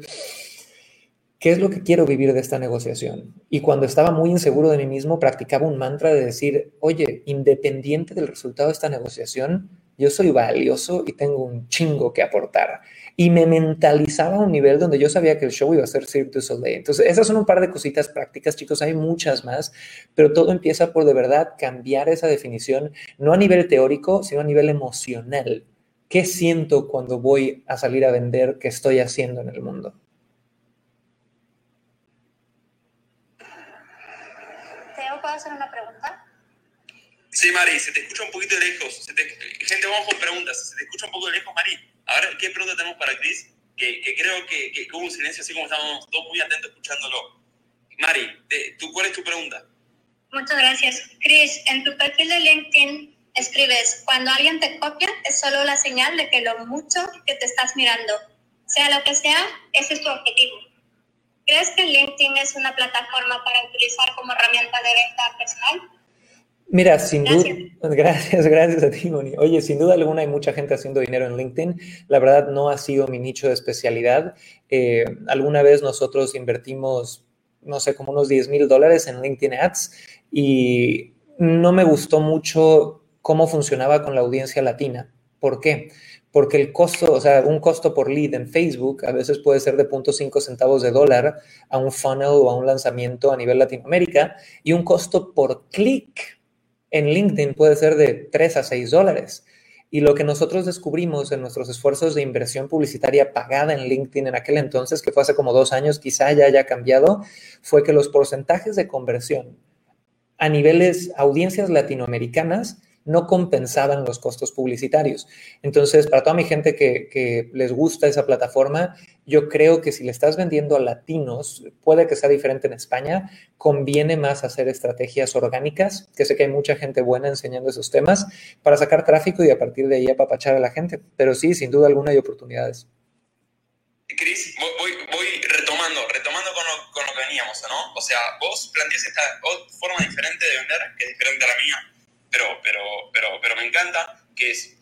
¿qué es lo que quiero vivir de esta negociación? Y cuando estaba muy inseguro de mí mismo, practicaba un mantra de decir, oye, independiente del resultado de esta negociación, yo soy valioso y tengo un chingo que aportar. Y me mentalizaba a un nivel donde yo sabía que el show iba a ser Cirque du Soleil. Entonces, esas son un par de cositas prácticas, chicos. Hay muchas más, pero todo empieza por de verdad cambiar esa definición, no a nivel teórico, sino a nivel emocional. ¿Qué siento cuando voy a salir a vender? ¿Qué estoy haciendo en el mundo? Teo, ¿puedo hacer una pregunta? Sí, Mari, se te escucha un poquito lejos. Gente, vamos con preguntas. Se te escucha un poco lejos, Mari. Ahora, ¿qué pregunta tenemos para Cris? que creo que hubo un silencio así como estábamos todos muy atentos escuchándolo. Mari, ¿cuál es tu pregunta? Muchas gracias. Chris, en tu perfil de LinkedIn escribes, cuando alguien te copia es solo la señal de que lo mucho que te estás mirando. Sea lo que sea, ese es tu objetivo. ¿Crees que LinkedIn es una plataforma para utilizar como herramienta de venta personal? Mira, sin duda, gracias a ti, Moni. Oye, sin duda alguna hay mucha gente haciendo dinero en LinkedIn. La verdad no ha sido mi nicho de especialidad. Alguna vez nosotros invertimos, no sé, como unos $10,000 en LinkedIn Ads y no me gustó mucho cómo funcionaba con la audiencia latina. ¿Por qué? Porque el costo, o sea, un costo por lead en Facebook a veces puede ser de 0.5 centavos de dólar a un funnel o a un lanzamiento a nivel Latinoamérica, y un costo por clic en LinkedIn puede ser de 3 a 6 dólares. Y lo que nosotros descubrimos en nuestros esfuerzos de inversión publicitaria pagada en LinkedIn en aquel entonces, que fue hace como 2 años, quizá ya haya cambiado, fue que los porcentajes de conversión a niveles audiencias latinoamericanas no compensaban los costos publicitarios. Entonces, para toda mi gente que les gusta esa plataforma, yo creo que si le estás vendiendo a latinos, puede que sea diferente en España, conviene más hacer estrategias orgánicas, que sé que hay mucha gente buena enseñando esos temas, para sacar tráfico y a partir de ahí apapachar a la gente. Pero sí, sin duda alguna hay oportunidades. Cris, voy retomando con lo que veníamos, ¿no? O sea, vos planteás esta forma diferente de vender, que es diferente a la mía, pero me encanta, que es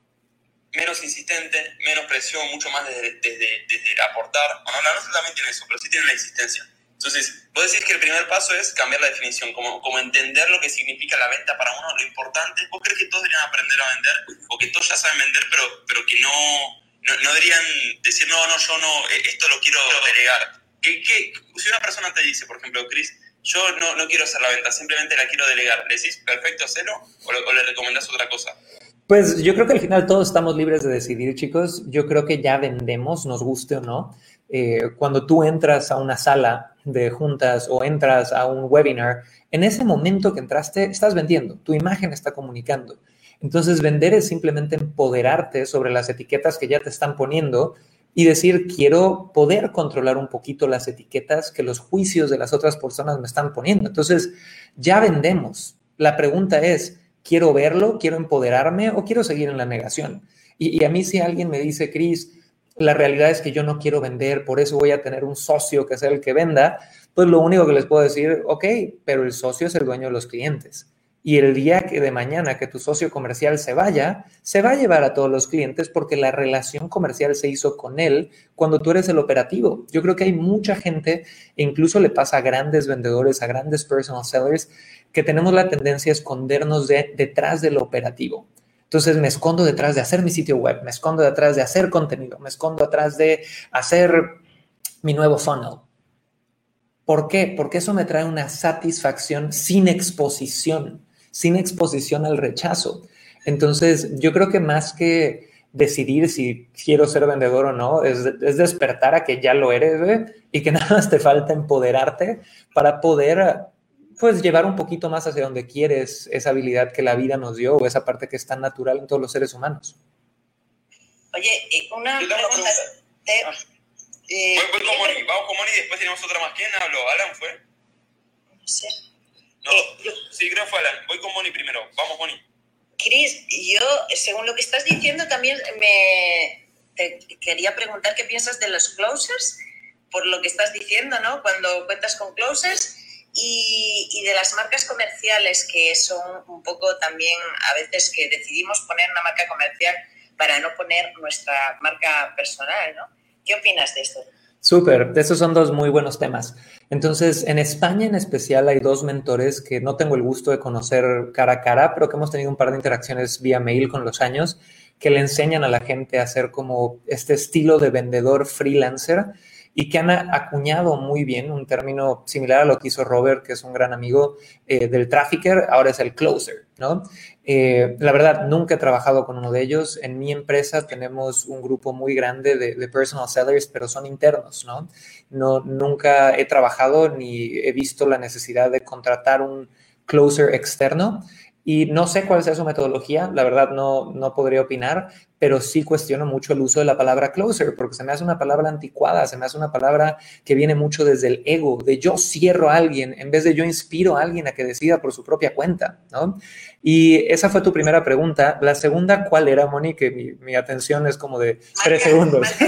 menos insistente, menos presión, mucho más desde el aportar. Bueno, la nuestra también tiene eso, pero sí tiene la insistencia. Entonces, vos decís que el primer paso es cambiar la definición, como entender lo que significa la venta para uno, lo importante. ¿Vos crees que todos deberían aprender a vender? O que todos ya saben vender, pero que no deberían decir, no, yo no, esto lo quiero delegar? Si una persona te dice, por ejemplo, Chris, yo no quiero hacer la venta, simplemente la quiero delegar, ¿le decís perfecto, hacelo o le recomendás otra cosa? Pues yo creo que al final todos estamos libres de decidir, chicos. Yo creo que ya vendemos, nos guste o no. Cuando tú entras a una sala de juntas o entras a un webinar, en ese momento que entraste, estás vendiendo. Tu imagen está comunicando. Entonces, vender es simplemente empoderarte sobre las etiquetas que ya te están poniendo y decir, quiero poder controlar un poquito las etiquetas que los juicios de las otras personas me están poniendo. Entonces, ya vendemos. La pregunta es, ¿quiero verlo? ¿Quiero empoderarme? ¿O quiero seguir en la negación? Y a mí si alguien me dice, Chris, la realidad es que yo no quiero vender, por eso voy a tener un socio que sea el que venda, pues lo único que les puedo decir, ok, pero el socio es el dueño de los clientes. Y el día que de mañana que tu socio comercial se va a llevar a todos los clientes porque la relación comercial se hizo con él cuando tú eres el operativo. Yo creo que hay mucha gente, e incluso le pasa a grandes vendedores, a grandes personal sellers, que tenemos la tendencia a escondernos detrás del operativo. Entonces me escondo detrás de hacer mi sitio web, me escondo detrás de hacer contenido, me escondo detrás de hacer mi nuevo funnel. ¿Por qué? Porque eso me trae una satisfacción sin exposición al rechazo. Entonces, yo creo que más que decidir si quiero ser vendedor o no, es despertar a que ya lo eres, ¿ve? Y que nada más te falta empoderarte para poder, pues, llevar un poquito más hacia donde quieres esa habilidad que la vida nos dio o esa parte que es tan natural en todos los seres humanos. Oye, una pregunta. Voy con Moni, vamos con Moni y después tenemos otra más. ¿Quién habló? ¿Alan fue? No sé. No, sí, creo que fue Alan. Voy con Moni primero. Vamos, Moni. Chris, yo, según lo que estás diciendo, también te quería preguntar qué piensas de los closers, por lo que estás diciendo, ¿no? Cuando cuentas con closers y de las marcas comerciales, que son un poco también a veces que decidimos poner una marca comercial para no poner nuestra marca personal, ¿no? ¿Qué opinas de esto? Súper, esos son dos muy buenos temas. Entonces, en España en especial hay dos mentores que no tengo el gusto de conocer cara a cara, pero que hemos tenido un par de interacciones vía mail con los años, que le enseñan a la gente a hacer como este estilo de vendedor freelancer y que han acuñado muy bien un término similar a lo que hizo Robert, que es un gran amigo del trafficker, ahora es el closer, ¿no? La verdad, nunca he trabajado con uno de ellos. En mi empresa tenemos un grupo muy grande de personal sellers, pero son internos, ¿no? Nunca he trabajado ni he visto la necesidad de contratar un closer externo. Y no sé cuál sea su metodología, la verdad no podría opinar, pero sí cuestiono mucho el uso de la palabra closer, porque se me hace una palabra anticuada, se me hace una palabra que viene mucho desde el ego, de yo cierro a alguien, en vez de yo inspiro a alguien a que decida por su propia cuenta, ¿no? Y esa fue tu primera pregunta. La segunda, ¿cuál era, Moni? Que mi atención es como de 3 segundos. Marca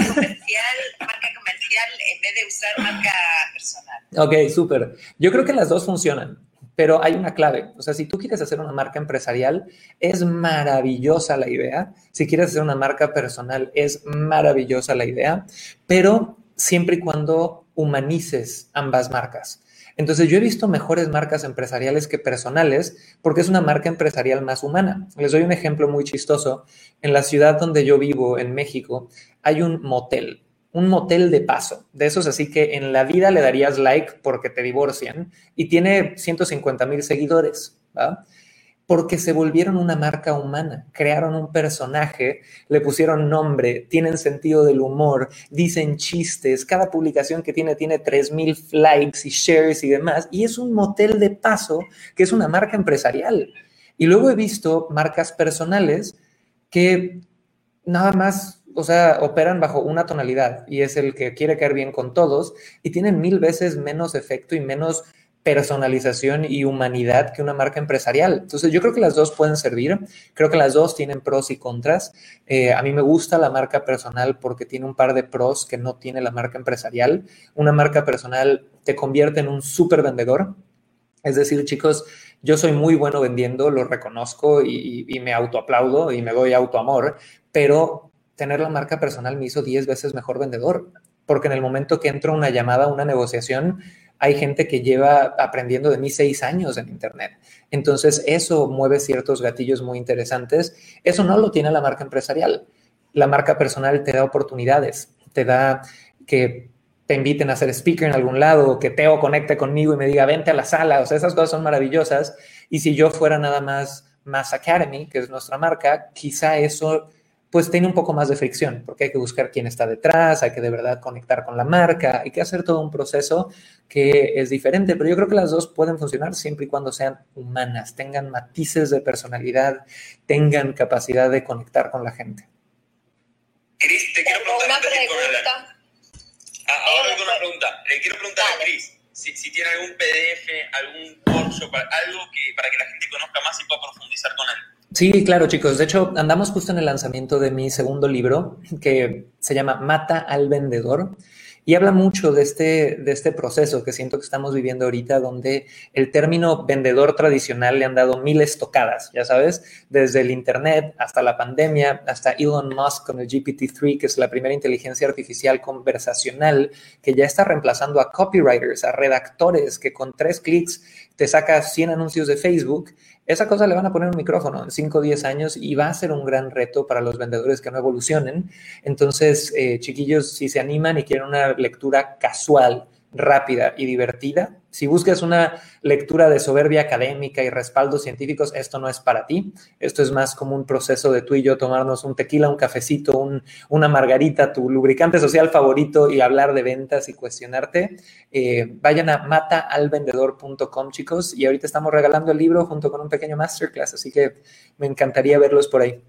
comercial en vez de usar marca personal. Ok, súper. Yo creo que las dos funcionan. Pero hay una clave, o sea, si tú quieres hacer una marca empresarial, es maravillosa la idea. Si quieres hacer una marca personal, es maravillosa la idea, pero siempre y cuando humanices ambas marcas. Entonces, yo he visto mejores marcas empresariales que personales porque es una marca empresarial más humana. Les doy un ejemplo muy chistoso. En la ciudad donde yo vivo, en México, hay un motel de paso, de esos así que en la vida le darías like porque te divorcian y tiene 150,000 seguidores, ¿va? Porque se volvieron una marca humana, crearon un personaje, le pusieron nombre, tienen sentido del humor, dicen chistes, cada publicación que tiene 3,000 likes y shares y demás, y es un motel de paso que es una marca empresarial. Y luego he visto marcas personales que nada más, o sea, operan bajo una tonalidad y es el que quiere caer bien con todos y tienen 1000 veces menos efecto y menos personalización y humanidad que una marca empresarial. Entonces, yo creo que las dos pueden servir. Creo que las dos tienen pros y contras. A mí me gusta la marca personal porque tiene un par de pros que no tiene la marca empresarial. Una marca personal te convierte en un súper vendedor. Es decir, chicos, yo soy muy bueno vendiendo, lo reconozco y me autoaplaudo y me doy autoamor, pero tener la marca personal me hizo 10 veces mejor vendedor, porque en el momento que entro a una llamada, a una negociación, hay gente que lleva aprendiendo de mí 6 años en Internet. Entonces, eso mueve ciertos gatillos muy interesantes. Eso no lo tiene la marca empresarial. La marca personal te da oportunidades, te da que te inviten a ser speaker en algún lado, que Teo conecte conmigo y me diga, vente a la sala. O sea, esas cosas son maravillosas. Y si yo fuera nada más Mass Academy, que es nuestra marca, quizá eso pues tiene un poco más de fricción, porque hay que buscar quién está detrás, hay que de verdad conectar con la marca, hay que hacer todo un proceso que es diferente, pero yo creo que las dos pueden funcionar siempre y cuando sean humanas, tengan matices de personalidad, tengan capacidad de conectar con la gente. Cris, te quiero preguntar Una antes de ir con Alan. pregunta. Ahora voy con una pregunta. Le quiero preguntar a Cris si tiene algún PDF, algún curso, algo para que la gente conozca más y pueda profundizar con él. Sí, claro, chicos. De hecho, andamos justo en el lanzamiento de mi segundo libro, que se llama Mata al Vendedor, y habla mucho de este proceso que siento que estamos viviendo ahorita, donde el término vendedor tradicional le han dado 1000 estocadas, ya sabes, desde el internet hasta la pandemia, hasta Elon Musk con el GPT-3, que es la primera inteligencia artificial conversacional que ya está reemplazando a copywriters, a redactores, que con 3 clics te saca 100 anuncios de Facebook. Esa cosa le van a poner un micrófono en 5 o 10 años y va a ser un gran reto para los vendedores que no evolucionen. Entonces, chiquillos, si se animan y quieren una lectura casual, rápida y divertida, si buscas una lectura de soberbia académica y respaldos científicos, esto no es para ti. Esto es más como un proceso de tú y yo tomarnos un tequila, un cafecito, una margarita, tu lubricante social favorito y hablar de ventas y cuestionarte. Vayan a mataalvendedor.com, chicos, y ahorita estamos regalando el libro junto con un pequeño masterclass, así que me encantaría verlos por ahí.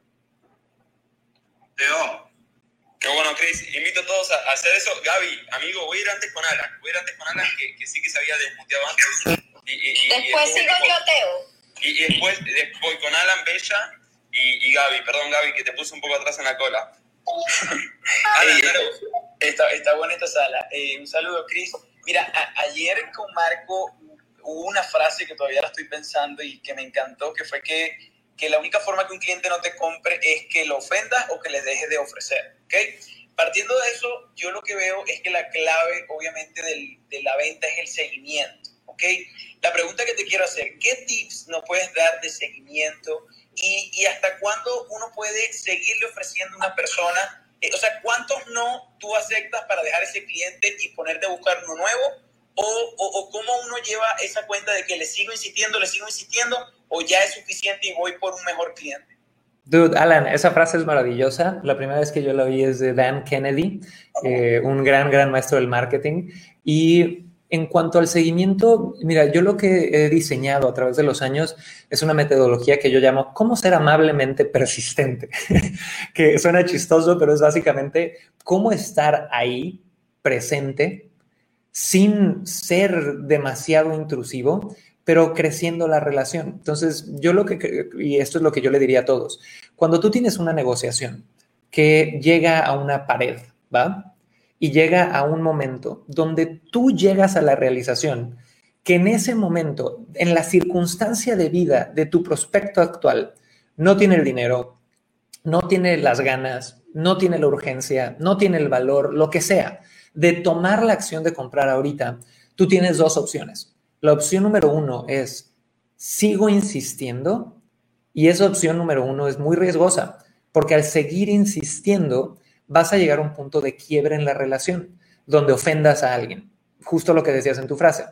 Teo, qué bueno, Cris. Invito a todos a hacer eso. Gaby, amigo, voy a ir antes con Alan. Que sí que se había desmuteado antes. Después sigo yo, Teo. Y después voy con Alan, Bella y Gaby. Perdón, Gaby, que te puse un poco atrás en la cola. Alan, está buena esta sala. Un saludo, Cris. Mira, ayer con Marco hubo una frase que todavía la estoy pensando y que me encantó, que fue que la única forma que un cliente no te compre es que lo ofendas o que le dejes de ofrecer, ¿ok? Partiendo de eso, yo lo que veo es que la clave, obviamente, de la venta es el seguimiento, ¿ok? La pregunta que te quiero hacer, ¿qué tips nos puedes dar de seguimiento y hasta cuándo uno puede seguirle ofreciendo a una persona? O sea, ¿cuántos no tú aceptas para dejar ese cliente y ponerte a buscar uno nuevo? ¿O cómo uno lleva esa cuenta de que le sigo insistiendo, o ya es suficiente y voy por un mejor cliente? Dude, Alan, esa frase es maravillosa. La primera vez que yo la oí es de Dan Kennedy, un gran maestro del marketing. Y En cuanto al seguimiento, mira, yo lo que he diseñado a través de los años es una metodología que yo llamo cómo ser amablemente persistente, que suena chistoso, pero es básicamente cómo estar ahí presente sin ser demasiado intrusivo, pero creciendo la relación. Entonces, y esto es lo que yo le diría a todos, cuando tú tienes una negociación que llega a una pared, ¿va? Y llega a un momento donde tú llegas a la realización que en ese momento, en la circunstancia de vida de tu prospecto actual, no tiene el dinero, no tiene las ganas, no tiene la urgencia, no tiene el valor, lo que sea, de tomar la acción de comprar ahorita, tú tienes dos opciones. La opción número 1 es, sigo insistiendo, y esa opción número 1 es muy riesgosa, porque al seguir insistiendo, vas a llegar a un punto de quiebre en la relación, donde ofendas a alguien, justo lo que decías en tu frase.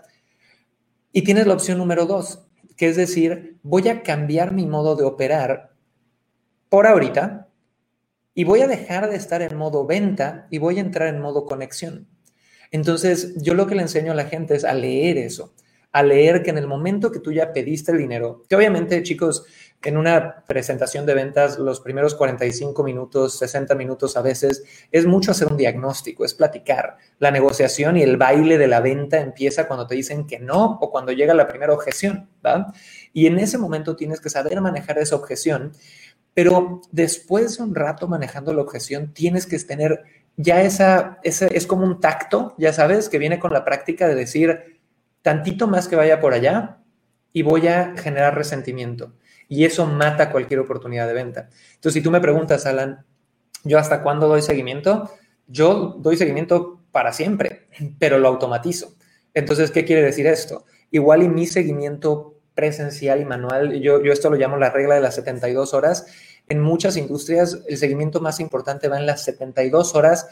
Y tienes la opción número 2, que es decir, voy a cambiar mi modo de operar por ahorita y voy a dejar de estar en modo venta y voy a entrar en modo conexión. Entonces, yo lo que le enseño a la gente es a leer eso, a leer que en el momento que tú ya pediste el dinero, que obviamente, chicos, en una presentación de ventas, los primeros 45 minutos, 60 minutos a veces, es mucho hacer un diagnóstico, es platicar. La negociación y el baile de la venta empieza cuando te dicen que no o cuando llega la primera objeción, ¿va? Y en ese momento tienes que saber manejar esa objeción, pero después de un rato manejando la objeción, tienes que tener ya es como un tacto, ya sabes, que viene con la práctica de decir tantito más que vaya por allá y voy a generar resentimiento. Y eso mata cualquier oportunidad de venta. Entonces, si tú me preguntas, Alan, ¿yo hasta cuándo doy seguimiento? Yo doy seguimiento para siempre, pero lo automatizo. Entonces, ¿qué quiere decir esto? Igual y mi seguimiento presencial y manual, yo esto lo llamo la regla de las 72 horas. En muchas industrias, el seguimiento más importante va en las 72 horas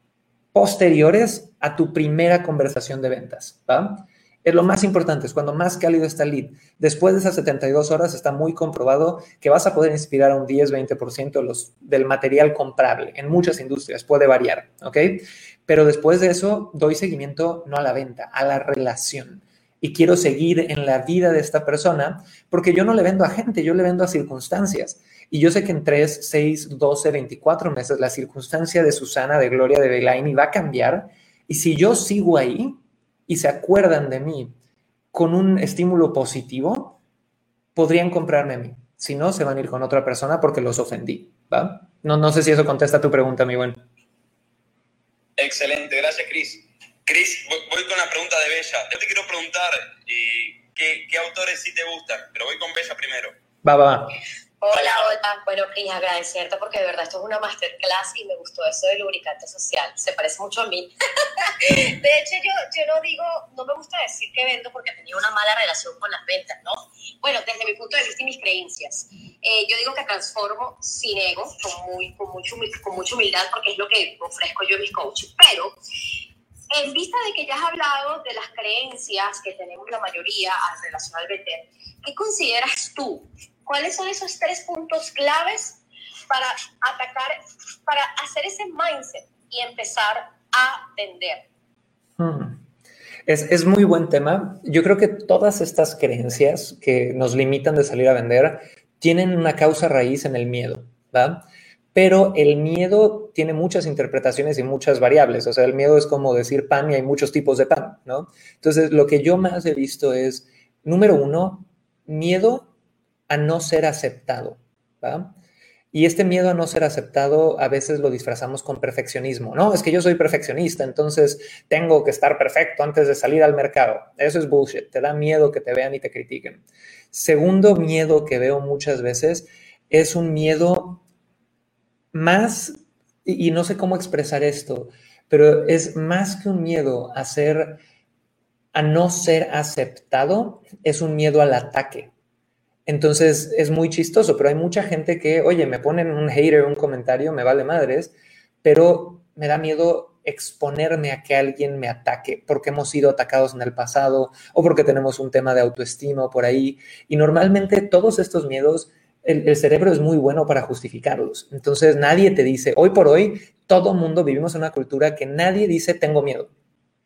posteriores a tu primera conversación de ventas, ¿va? Es lo más importante, es cuando más cálido está el lead. Después de esas 72 horas está muy comprobado que vas a poder inspirar a un 10-20% del material comprable. En muchas industrias puede variar, ¿ok? Pero después de eso doy seguimiento no a la venta, a la relación. Y quiero seguir en la vida de esta persona porque yo no le vendo a gente, yo le vendo a circunstancias. Y yo sé que en 3, 6, 12, 24 meses la circunstancia de Susana, de Gloria, de Belaini va a cambiar. Y si yo sigo ahí y se acuerdan de mí con un estímulo positivo, podrían comprarme a mí. Si no, se van a ir con otra persona porque los ofendí, ¿va? No sé si eso contesta tu pregunta, mi buen. Excelente, gracias, Chris. Chris, voy con la pregunta de Bella. Yo te quiero preguntar qué autores sí te gustan, pero voy con Bella primero. Va. Hola. Bueno, Cris, agradecerte porque de verdad esto es una masterclass y me gustó eso del lubricante social. Se parece mucho a mí. De hecho, yo no me gusta decir que vendo porque he tenido una mala relación con las ventas, ¿no? Bueno, desde mi punto de vista y mis creencias. Yo digo que transformo sin ego, con mucha humildad, porque es lo que ofrezco yo en mis coaches. Pero en vista de que ya has hablado de las creencias que tenemos la mayoría en relación al vender, ¿qué consideras tú? ¿Cuáles son esos 3 puntos claves para para hacer ese mindset y empezar a vender? Es muy buen tema. Yo creo que todas estas creencias que nos limitan de salir a vender tienen una causa raíz en el miedo, ¿va? Pero el miedo tiene muchas interpretaciones y muchas variables. O sea, el miedo es como decir pan y hay muchos tipos de pan, ¿no? Entonces, lo que yo más he visto es, número 1, miedo a no ser aceptado, ¿va? Y este miedo a no ser aceptado a veces lo disfrazamos con perfeccionismo. No, es que yo soy perfeccionista, entonces tengo que estar perfecto antes de salir al mercado. Eso es bullshit. Te da miedo que te vean y te critiquen. Segundo miedo que veo muchas veces es un miedo más, y no sé cómo expresar esto, pero es más que un miedo a no ser aceptado, es un miedo al ataque. Entonces, es muy chistoso, pero hay mucha gente que, oye, me ponen un hater, un comentario, me vale madres, pero me da miedo exponerme a que alguien me ataque porque hemos sido atacados en el pasado o porque tenemos un tema de autoestima por ahí. Y normalmente todos estos miedos, el cerebro es muy bueno para justificarlos. Entonces, nadie te dice, hoy por hoy, todo mundo vivimos en una cultura que nadie dice tengo miedo.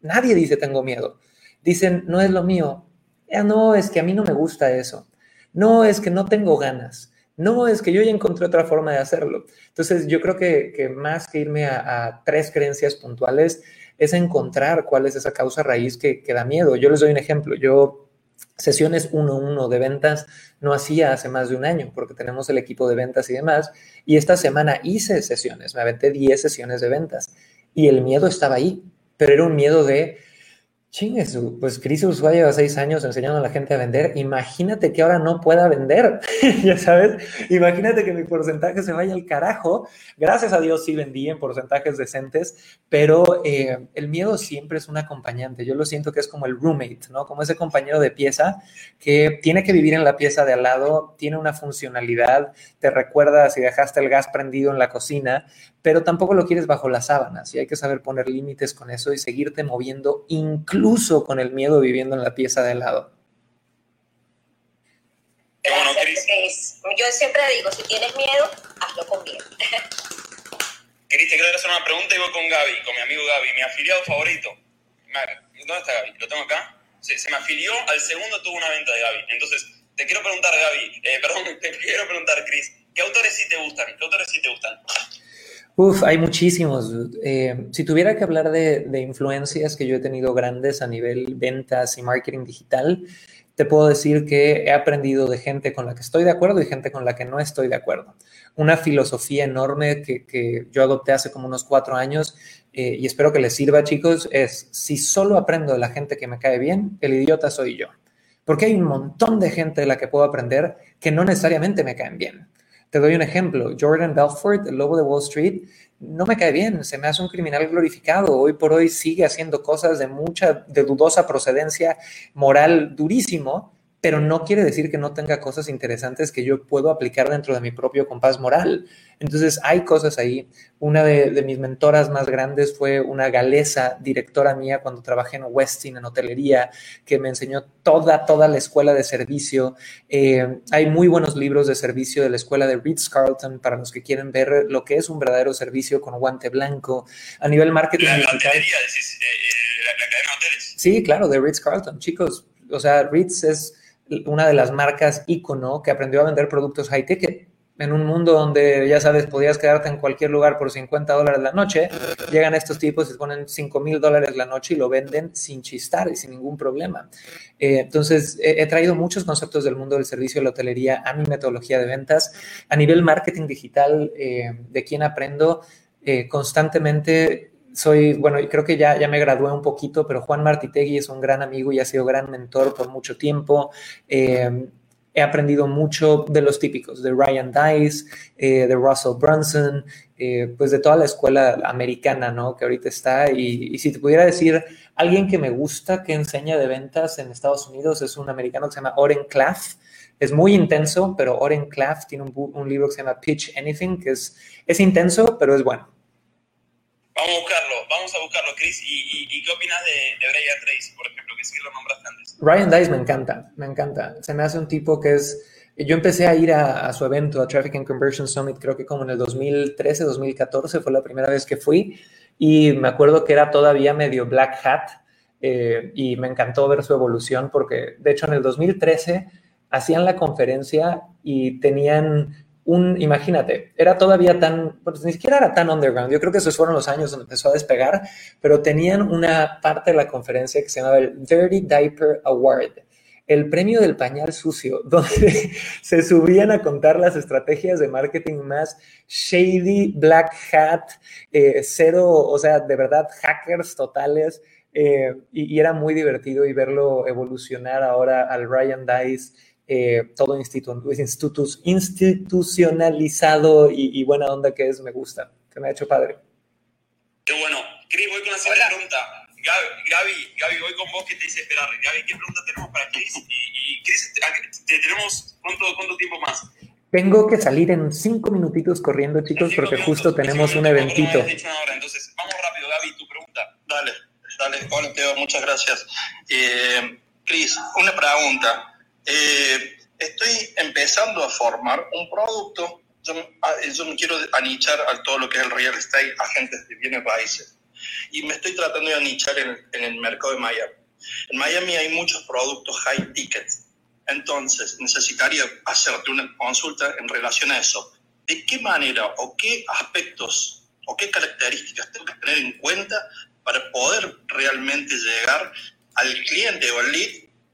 Nadie dice tengo miedo. Dicen, no es lo mío. No, es que a mí no me gusta eso. No, es que no tengo ganas. No, es que yo ya encontré otra forma de hacerlo. Entonces, yo creo que más que irme a 3 creencias puntuales, es encontrar cuál es esa causa raíz que da miedo. Yo les doy un ejemplo. Yo sesiones 1-1 de ventas no hacía hace más de un año porque tenemos el equipo de ventas y demás. Y esta semana hice sesiones, me aventé 10 sesiones de ventas y el miedo estaba ahí, pero era un miedo de, chingues, pues Cris Ursúa lleva 6 años enseñando a la gente a vender. Imagínate que ahora no pueda vender, ya sabes. Imagínate que mi porcentaje se vaya al carajo. Gracias a Dios sí vendí en porcentajes decentes, pero el miedo siempre es un acompañante. Yo lo siento que es como el roommate, ¿no? Como ese compañero de pieza que tiene que vivir en la pieza de al lado, tiene una funcionalidad, te recuerda si dejaste el gas prendido en la cocina, pero tampoco lo quieres bajo las sábanas y hay que saber poner límites con eso y seguirte moviendo incluso con el miedo viviendo en la pieza de al lado. Gracias, Cris. Yo siempre digo, si tienes miedo, hazlo con miedo. Cris, te quiero hacer una pregunta y voy con Gaby, con mi amigo Gaby, mi afiliado favorito. ¿Dónde está Gaby? ¿Lo tengo acá? Se me afilió, al segundo tuvo una venta de Gaby. Entonces, te quiero preguntar, Gaby, te quiero preguntar, Cris, ¿qué autores sí te gustan? ¿Qué autores sí te gustan? Hay muchísimos. Si tuviera que hablar de influencias que yo he tenido grandes a nivel ventas y marketing digital, te puedo decir que he aprendido de gente con la que estoy de acuerdo y gente con la que no estoy de acuerdo. Una filosofía enorme que yo adopté hace como unos 4 años y espero que les sirva, chicos, es si solo aprendo de la gente que me cae bien, el idiota soy yo. Porque hay un montón de gente de la que puedo aprender que no necesariamente me caen bien. Te doy un ejemplo. Jordan Belfort, el lobo de Wall Street, no me cae bien. Se me hace un criminal glorificado. Hoy por hoy sigue haciendo cosas de dudosa procedencia moral durísimo, pero no quiere decir que no tenga cosas interesantes que yo puedo aplicar dentro de mi propio compás moral. Entonces, hay cosas ahí. Una de mis mentoras más grandes fue una galesa, directora mía cuando trabajé en Westin, en hotelería, que me enseñó toda la escuela de servicio. Hay muy buenos libros de servicio de la escuela de Ritz-Carlton para los que quieren ver lo que es un verdadero servicio con guante blanco. A nivel marketing La digital. hotelería, decís, la cadena de hoteles. Sí, claro, de Ritz-Carlton, chicos. O sea, Ritz es una de las marcas ícono que aprendió a vender productos high ticket. En un mundo donde, ya sabes, podías quedarte en cualquier lugar por $50 la noche, llegan estos tipos y te ponen $5,000 la noche y lo venden sin chistar y sin ningún problema. Entonces, he traído muchos conceptos del mundo del servicio de la hotelería a mi metodología de ventas. A nivel marketing digital, de quien aprendo constantemente... creo que ya me gradué un poquito, pero Juan Martitegui es un gran amigo y ha sido gran mentor por mucho tiempo. He aprendido mucho de los típicos, de Ryan Dice, de Russell Brunson, pues de toda la escuela americana, ¿no? Que ahorita está. Y si te pudiera decir, alguien que me gusta que enseña de ventas en Estados Unidos es un americano que se llama Oren Klaff. Es muy intenso, pero Oren Klaff tiene un libro que se llama Pitch Anything, que es intenso, pero es bueno. Vamos a buscarlo, Cris. ¿Y qué opinas de Brian Tracy, por ejemplo, que sí lo nombraste antes? Ryan Dice me encanta. Se me hace un tipo que es... Yo empecé a ir a su evento, a Traffic and Conversion Summit, creo que como en el 2013, 2014, fue la primera vez que fui, y me acuerdo que era todavía medio black hat, y me encantó ver su evolución, porque de hecho en el 2013 hacían la conferencia y tenían... imagínate, era todavía pues ni siquiera era tan underground. Yo creo que esos fueron los años donde empezó a despegar, pero tenían una parte de la conferencia que se llamaba el Dirty Diaper Award, el premio del pañal sucio, donde se subían a contar las estrategias de marketing más shady, black hat, cero, o sea, de verdad, hackers totales, y era muy divertido y verlo evolucionar ahora al Ryan Dice, todo institucionalizado y buena onda que es, me gusta, que me ha hecho padre. Qué bueno. Cris, voy con la siguiente pregunta. Gaby, voy con vos que te dice esperar. Gaby, ¿qué pregunta tenemos para Cris? Y Cris, ¿tenemos cuánto tiempo más? Tengo que salir en 5 minutitos corriendo, chicos, porque justo tenemos un eventito. Entonces, vamos rápido, Gaby, tu pregunta. Dale. Hola, Teo, muchas gracias. Cris, una pregunta. Estoy empezando a formar un producto. Yo me quiero anichar a todo lo que es el real estate, agentes de bienes raíces. y me estoy tratando de anichar en el mercado de Miami. En Miami hay muchos productos high ticket, entonces necesitaría hacerte una consulta en relación a eso. ¿De qué manera o qué aspectos o qué características tengo que tener en cuenta para poder realmente llegar al cliente o al lead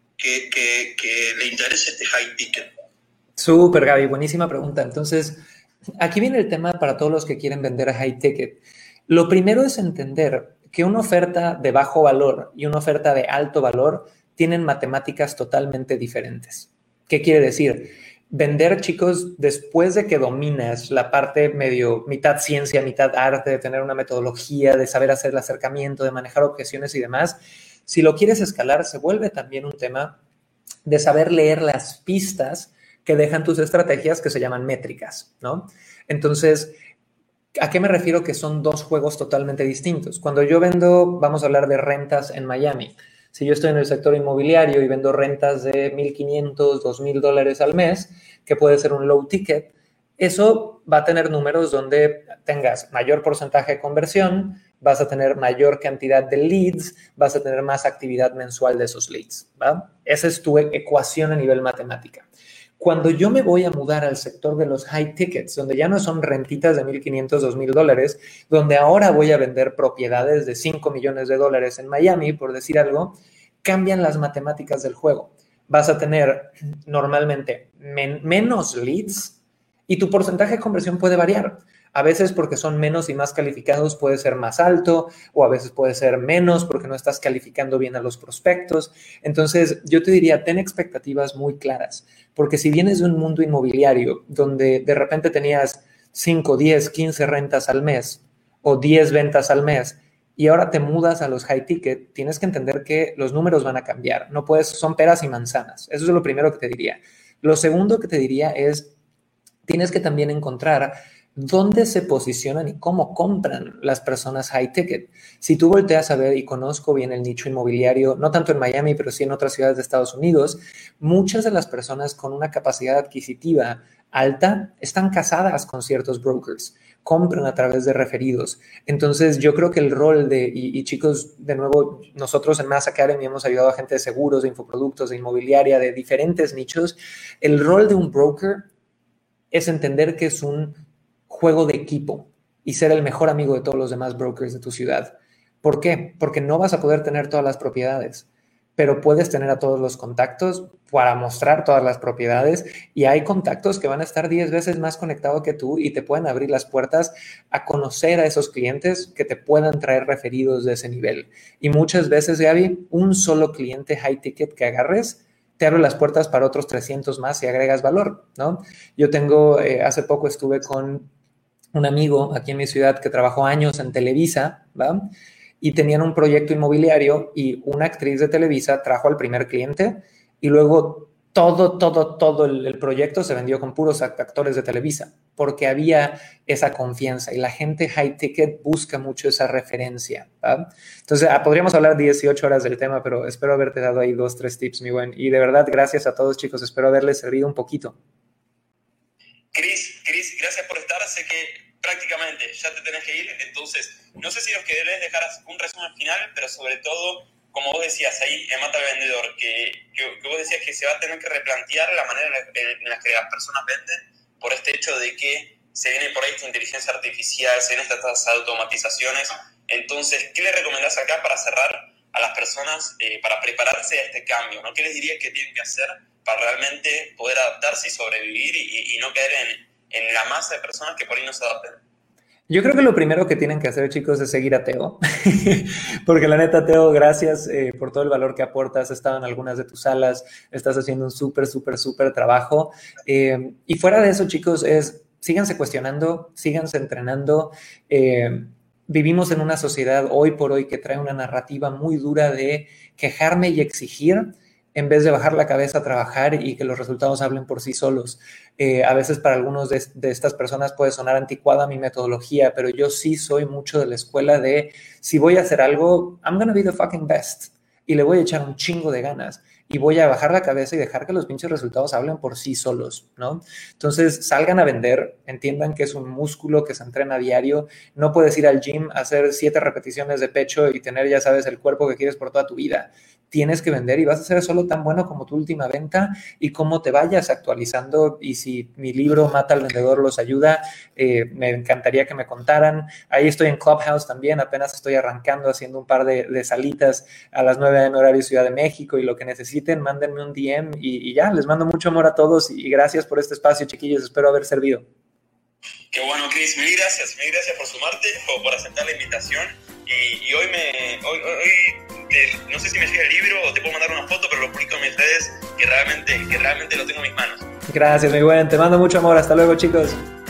que le interese este high ticket? Súper, Gaby, buenísima pregunta. Entonces, aquí viene el tema para todos los que quieren vender a high ticket. Lo primero es entender que una oferta de bajo valor y una oferta de alto valor tienen matemáticas totalmente diferentes. ¿Qué quiere decir? Vender, chicos, después de que dominas la parte medio, mitad ciencia, mitad arte, de tener una metodología, de saber hacer el acercamiento, de manejar objeciones y demás, si lo quieres escalar, se vuelve también un tema de saber leer las pistas que dejan tus estrategias, que se llaman métricas, ¿no? Entonces, ¿a qué me refiero que son dos juegos totalmente distintos? Cuando yo vendo, vamos a hablar de rentas en Miami. Si yo estoy en el sector inmobiliario y vendo rentas de $1,500, $2,000 al mes, que puede ser un low ticket, eso va a tener números donde tengas mayor porcentaje de conversión, vas a tener mayor cantidad de leads, vas a tener más actividad mensual de esos leads, ¿va? Esa es tu ecuación a nivel matemática. Cuando yo me voy a mudar al sector de los high tickets, donde ya no son rentitas de $1,500, $2,000, donde ahora voy a vender propiedades de $5 millones en Miami, por decir algo, cambian las matemáticas del juego. Vas a tener normalmente menos leads y tu porcentaje de conversión puede variar. A veces porque son menos y más calificados puede ser más alto, o a veces puede ser menos porque no estás calificando bien a los prospectos. Entonces, yo te diría, ten expectativas muy claras, porque si vienes de un mundo inmobiliario donde de repente tenías 5, 10, 15 rentas al mes o 10 ventas al mes y ahora te mudas a los high ticket, tienes que entender que los números van a cambiar. No puedes, son peras y manzanas. Eso es lo primero que te diría. Lo segundo que te diría es, tienes que también encontrar dónde se posicionan y cómo compran las personas high ticket. Si tú volteas a ver, y conozco bien el nicho inmobiliario, no tanto en Miami, pero sí en otras ciudades de Estados Unidos, muchas de las personas con una capacidad adquisitiva alta están casadas con ciertos brokers, compran a través de referidos. Entonces, yo creo que el rol de, y chicos, de nuevo, nosotros en Mass Academy hemos ayudado a gente de seguros, de infoproductos, de inmobiliaria, de diferentes nichos. El rol de un broker es entender que es un juego de equipo y ser el mejor amigo de todos los demás brokers de tu ciudad. ¿Por qué? Porque no vas a poder tener todas las propiedades, pero puedes tener a todos los contactos para mostrar todas las propiedades, y hay contactos que van a estar 10 veces más conectados que tú y te pueden abrir las puertas a conocer a esos clientes que te puedan traer referidos de ese nivel. Y muchas veces, Gaby, un solo cliente high ticket que agarres te abre las puertas para otros 300 más y agregas valor, ¿no? Yo tengo, hace poco estuve con un amigo aquí en mi ciudad que trabajó años en Televisa, ¿va? Y tenían un proyecto inmobiliario y una actriz de Televisa trajo al primer cliente y luego todo el proyecto se vendió con puros actores de Televisa porque había esa confianza y la gente high ticket busca mucho esa referencia, ¿va? Entonces, podríamos hablar 18 horas del tema, pero espero haberte dado ahí 2, 3 tips, mi buen. Y de verdad, gracias a todos, chicos. Espero haberles servido un poquito. Cris, gracias por estar. Sé que prácticamente ya te tenés que ir, entonces no sé si nos querés dejar un resumen final, pero sobre todo, como vos decías ahí en Mata al Vendedor, que vos decías que se va a tener que replantear la manera en la que las personas venden por este hecho de que se viene por ahí esta inteligencia artificial, se vienen estas automatizaciones. Entonces, ¿qué le recomendás acá para cerrar a las personas para prepararse a este cambio, ¿no? ¿Qué les dirías que tienen que hacer para realmente poder adaptarse y sobrevivir y no caer en la masa de personas que por ahí no se adapten? Yo creo que lo primero que tienen que hacer, chicos, es seguir a Teo. Porque la neta, Teo, gracias por todo el valor que aportas. He estado en algunas de tus salas, estás haciendo un súper trabajo. Y fuera de eso, chicos, síganse cuestionando, síganse entrenando. Vivimos en una sociedad hoy por hoy que trae una narrativa muy dura de quejarme y exigir en vez de bajar la cabeza a trabajar y que los resultados hablen por sí solos. A veces para algunos de estas personas puede sonar anticuada mi metodología, pero yo sí soy mucho de la escuela de si voy a hacer algo, I'm gonna be the fucking best y le voy a echar un chingo de ganas. y voy a bajar la cabeza y dejar que los pinches resultados hablen por sí solos, ¿no? Entonces, salgan a vender, entiendan que es un músculo que se entrena a diario. No puedes ir al gym a hacer 7 repeticiones de pecho y tener, ya sabes, el cuerpo que quieres por toda tu vida. Tienes que vender y vas a ser solo tan bueno como tu última venta y cómo te vayas actualizando. Y si mi libro Mata al Vendedor los ayuda, me encantaría que me contaran. Ahí estoy en Clubhouse también, apenas estoy arrancando, haciendo un par de salitas a las 9 en horario Ciudad de México, y lo que necesiten, mándenme un DM y ya, les mando mucho amor a todos y gracias por este espacio, chiquillos, espero haber servido. Qué bueno, Chris, mil gracias por sumarte, por aceptar la invitación. Y hoy no sé si me llega el libro o te puedo mandar una foto, pero lo publico en mis redes, que realmente lo tengo en mis manos. Gracias, mi buen, te mando mucho amor, hasta luego, chicos.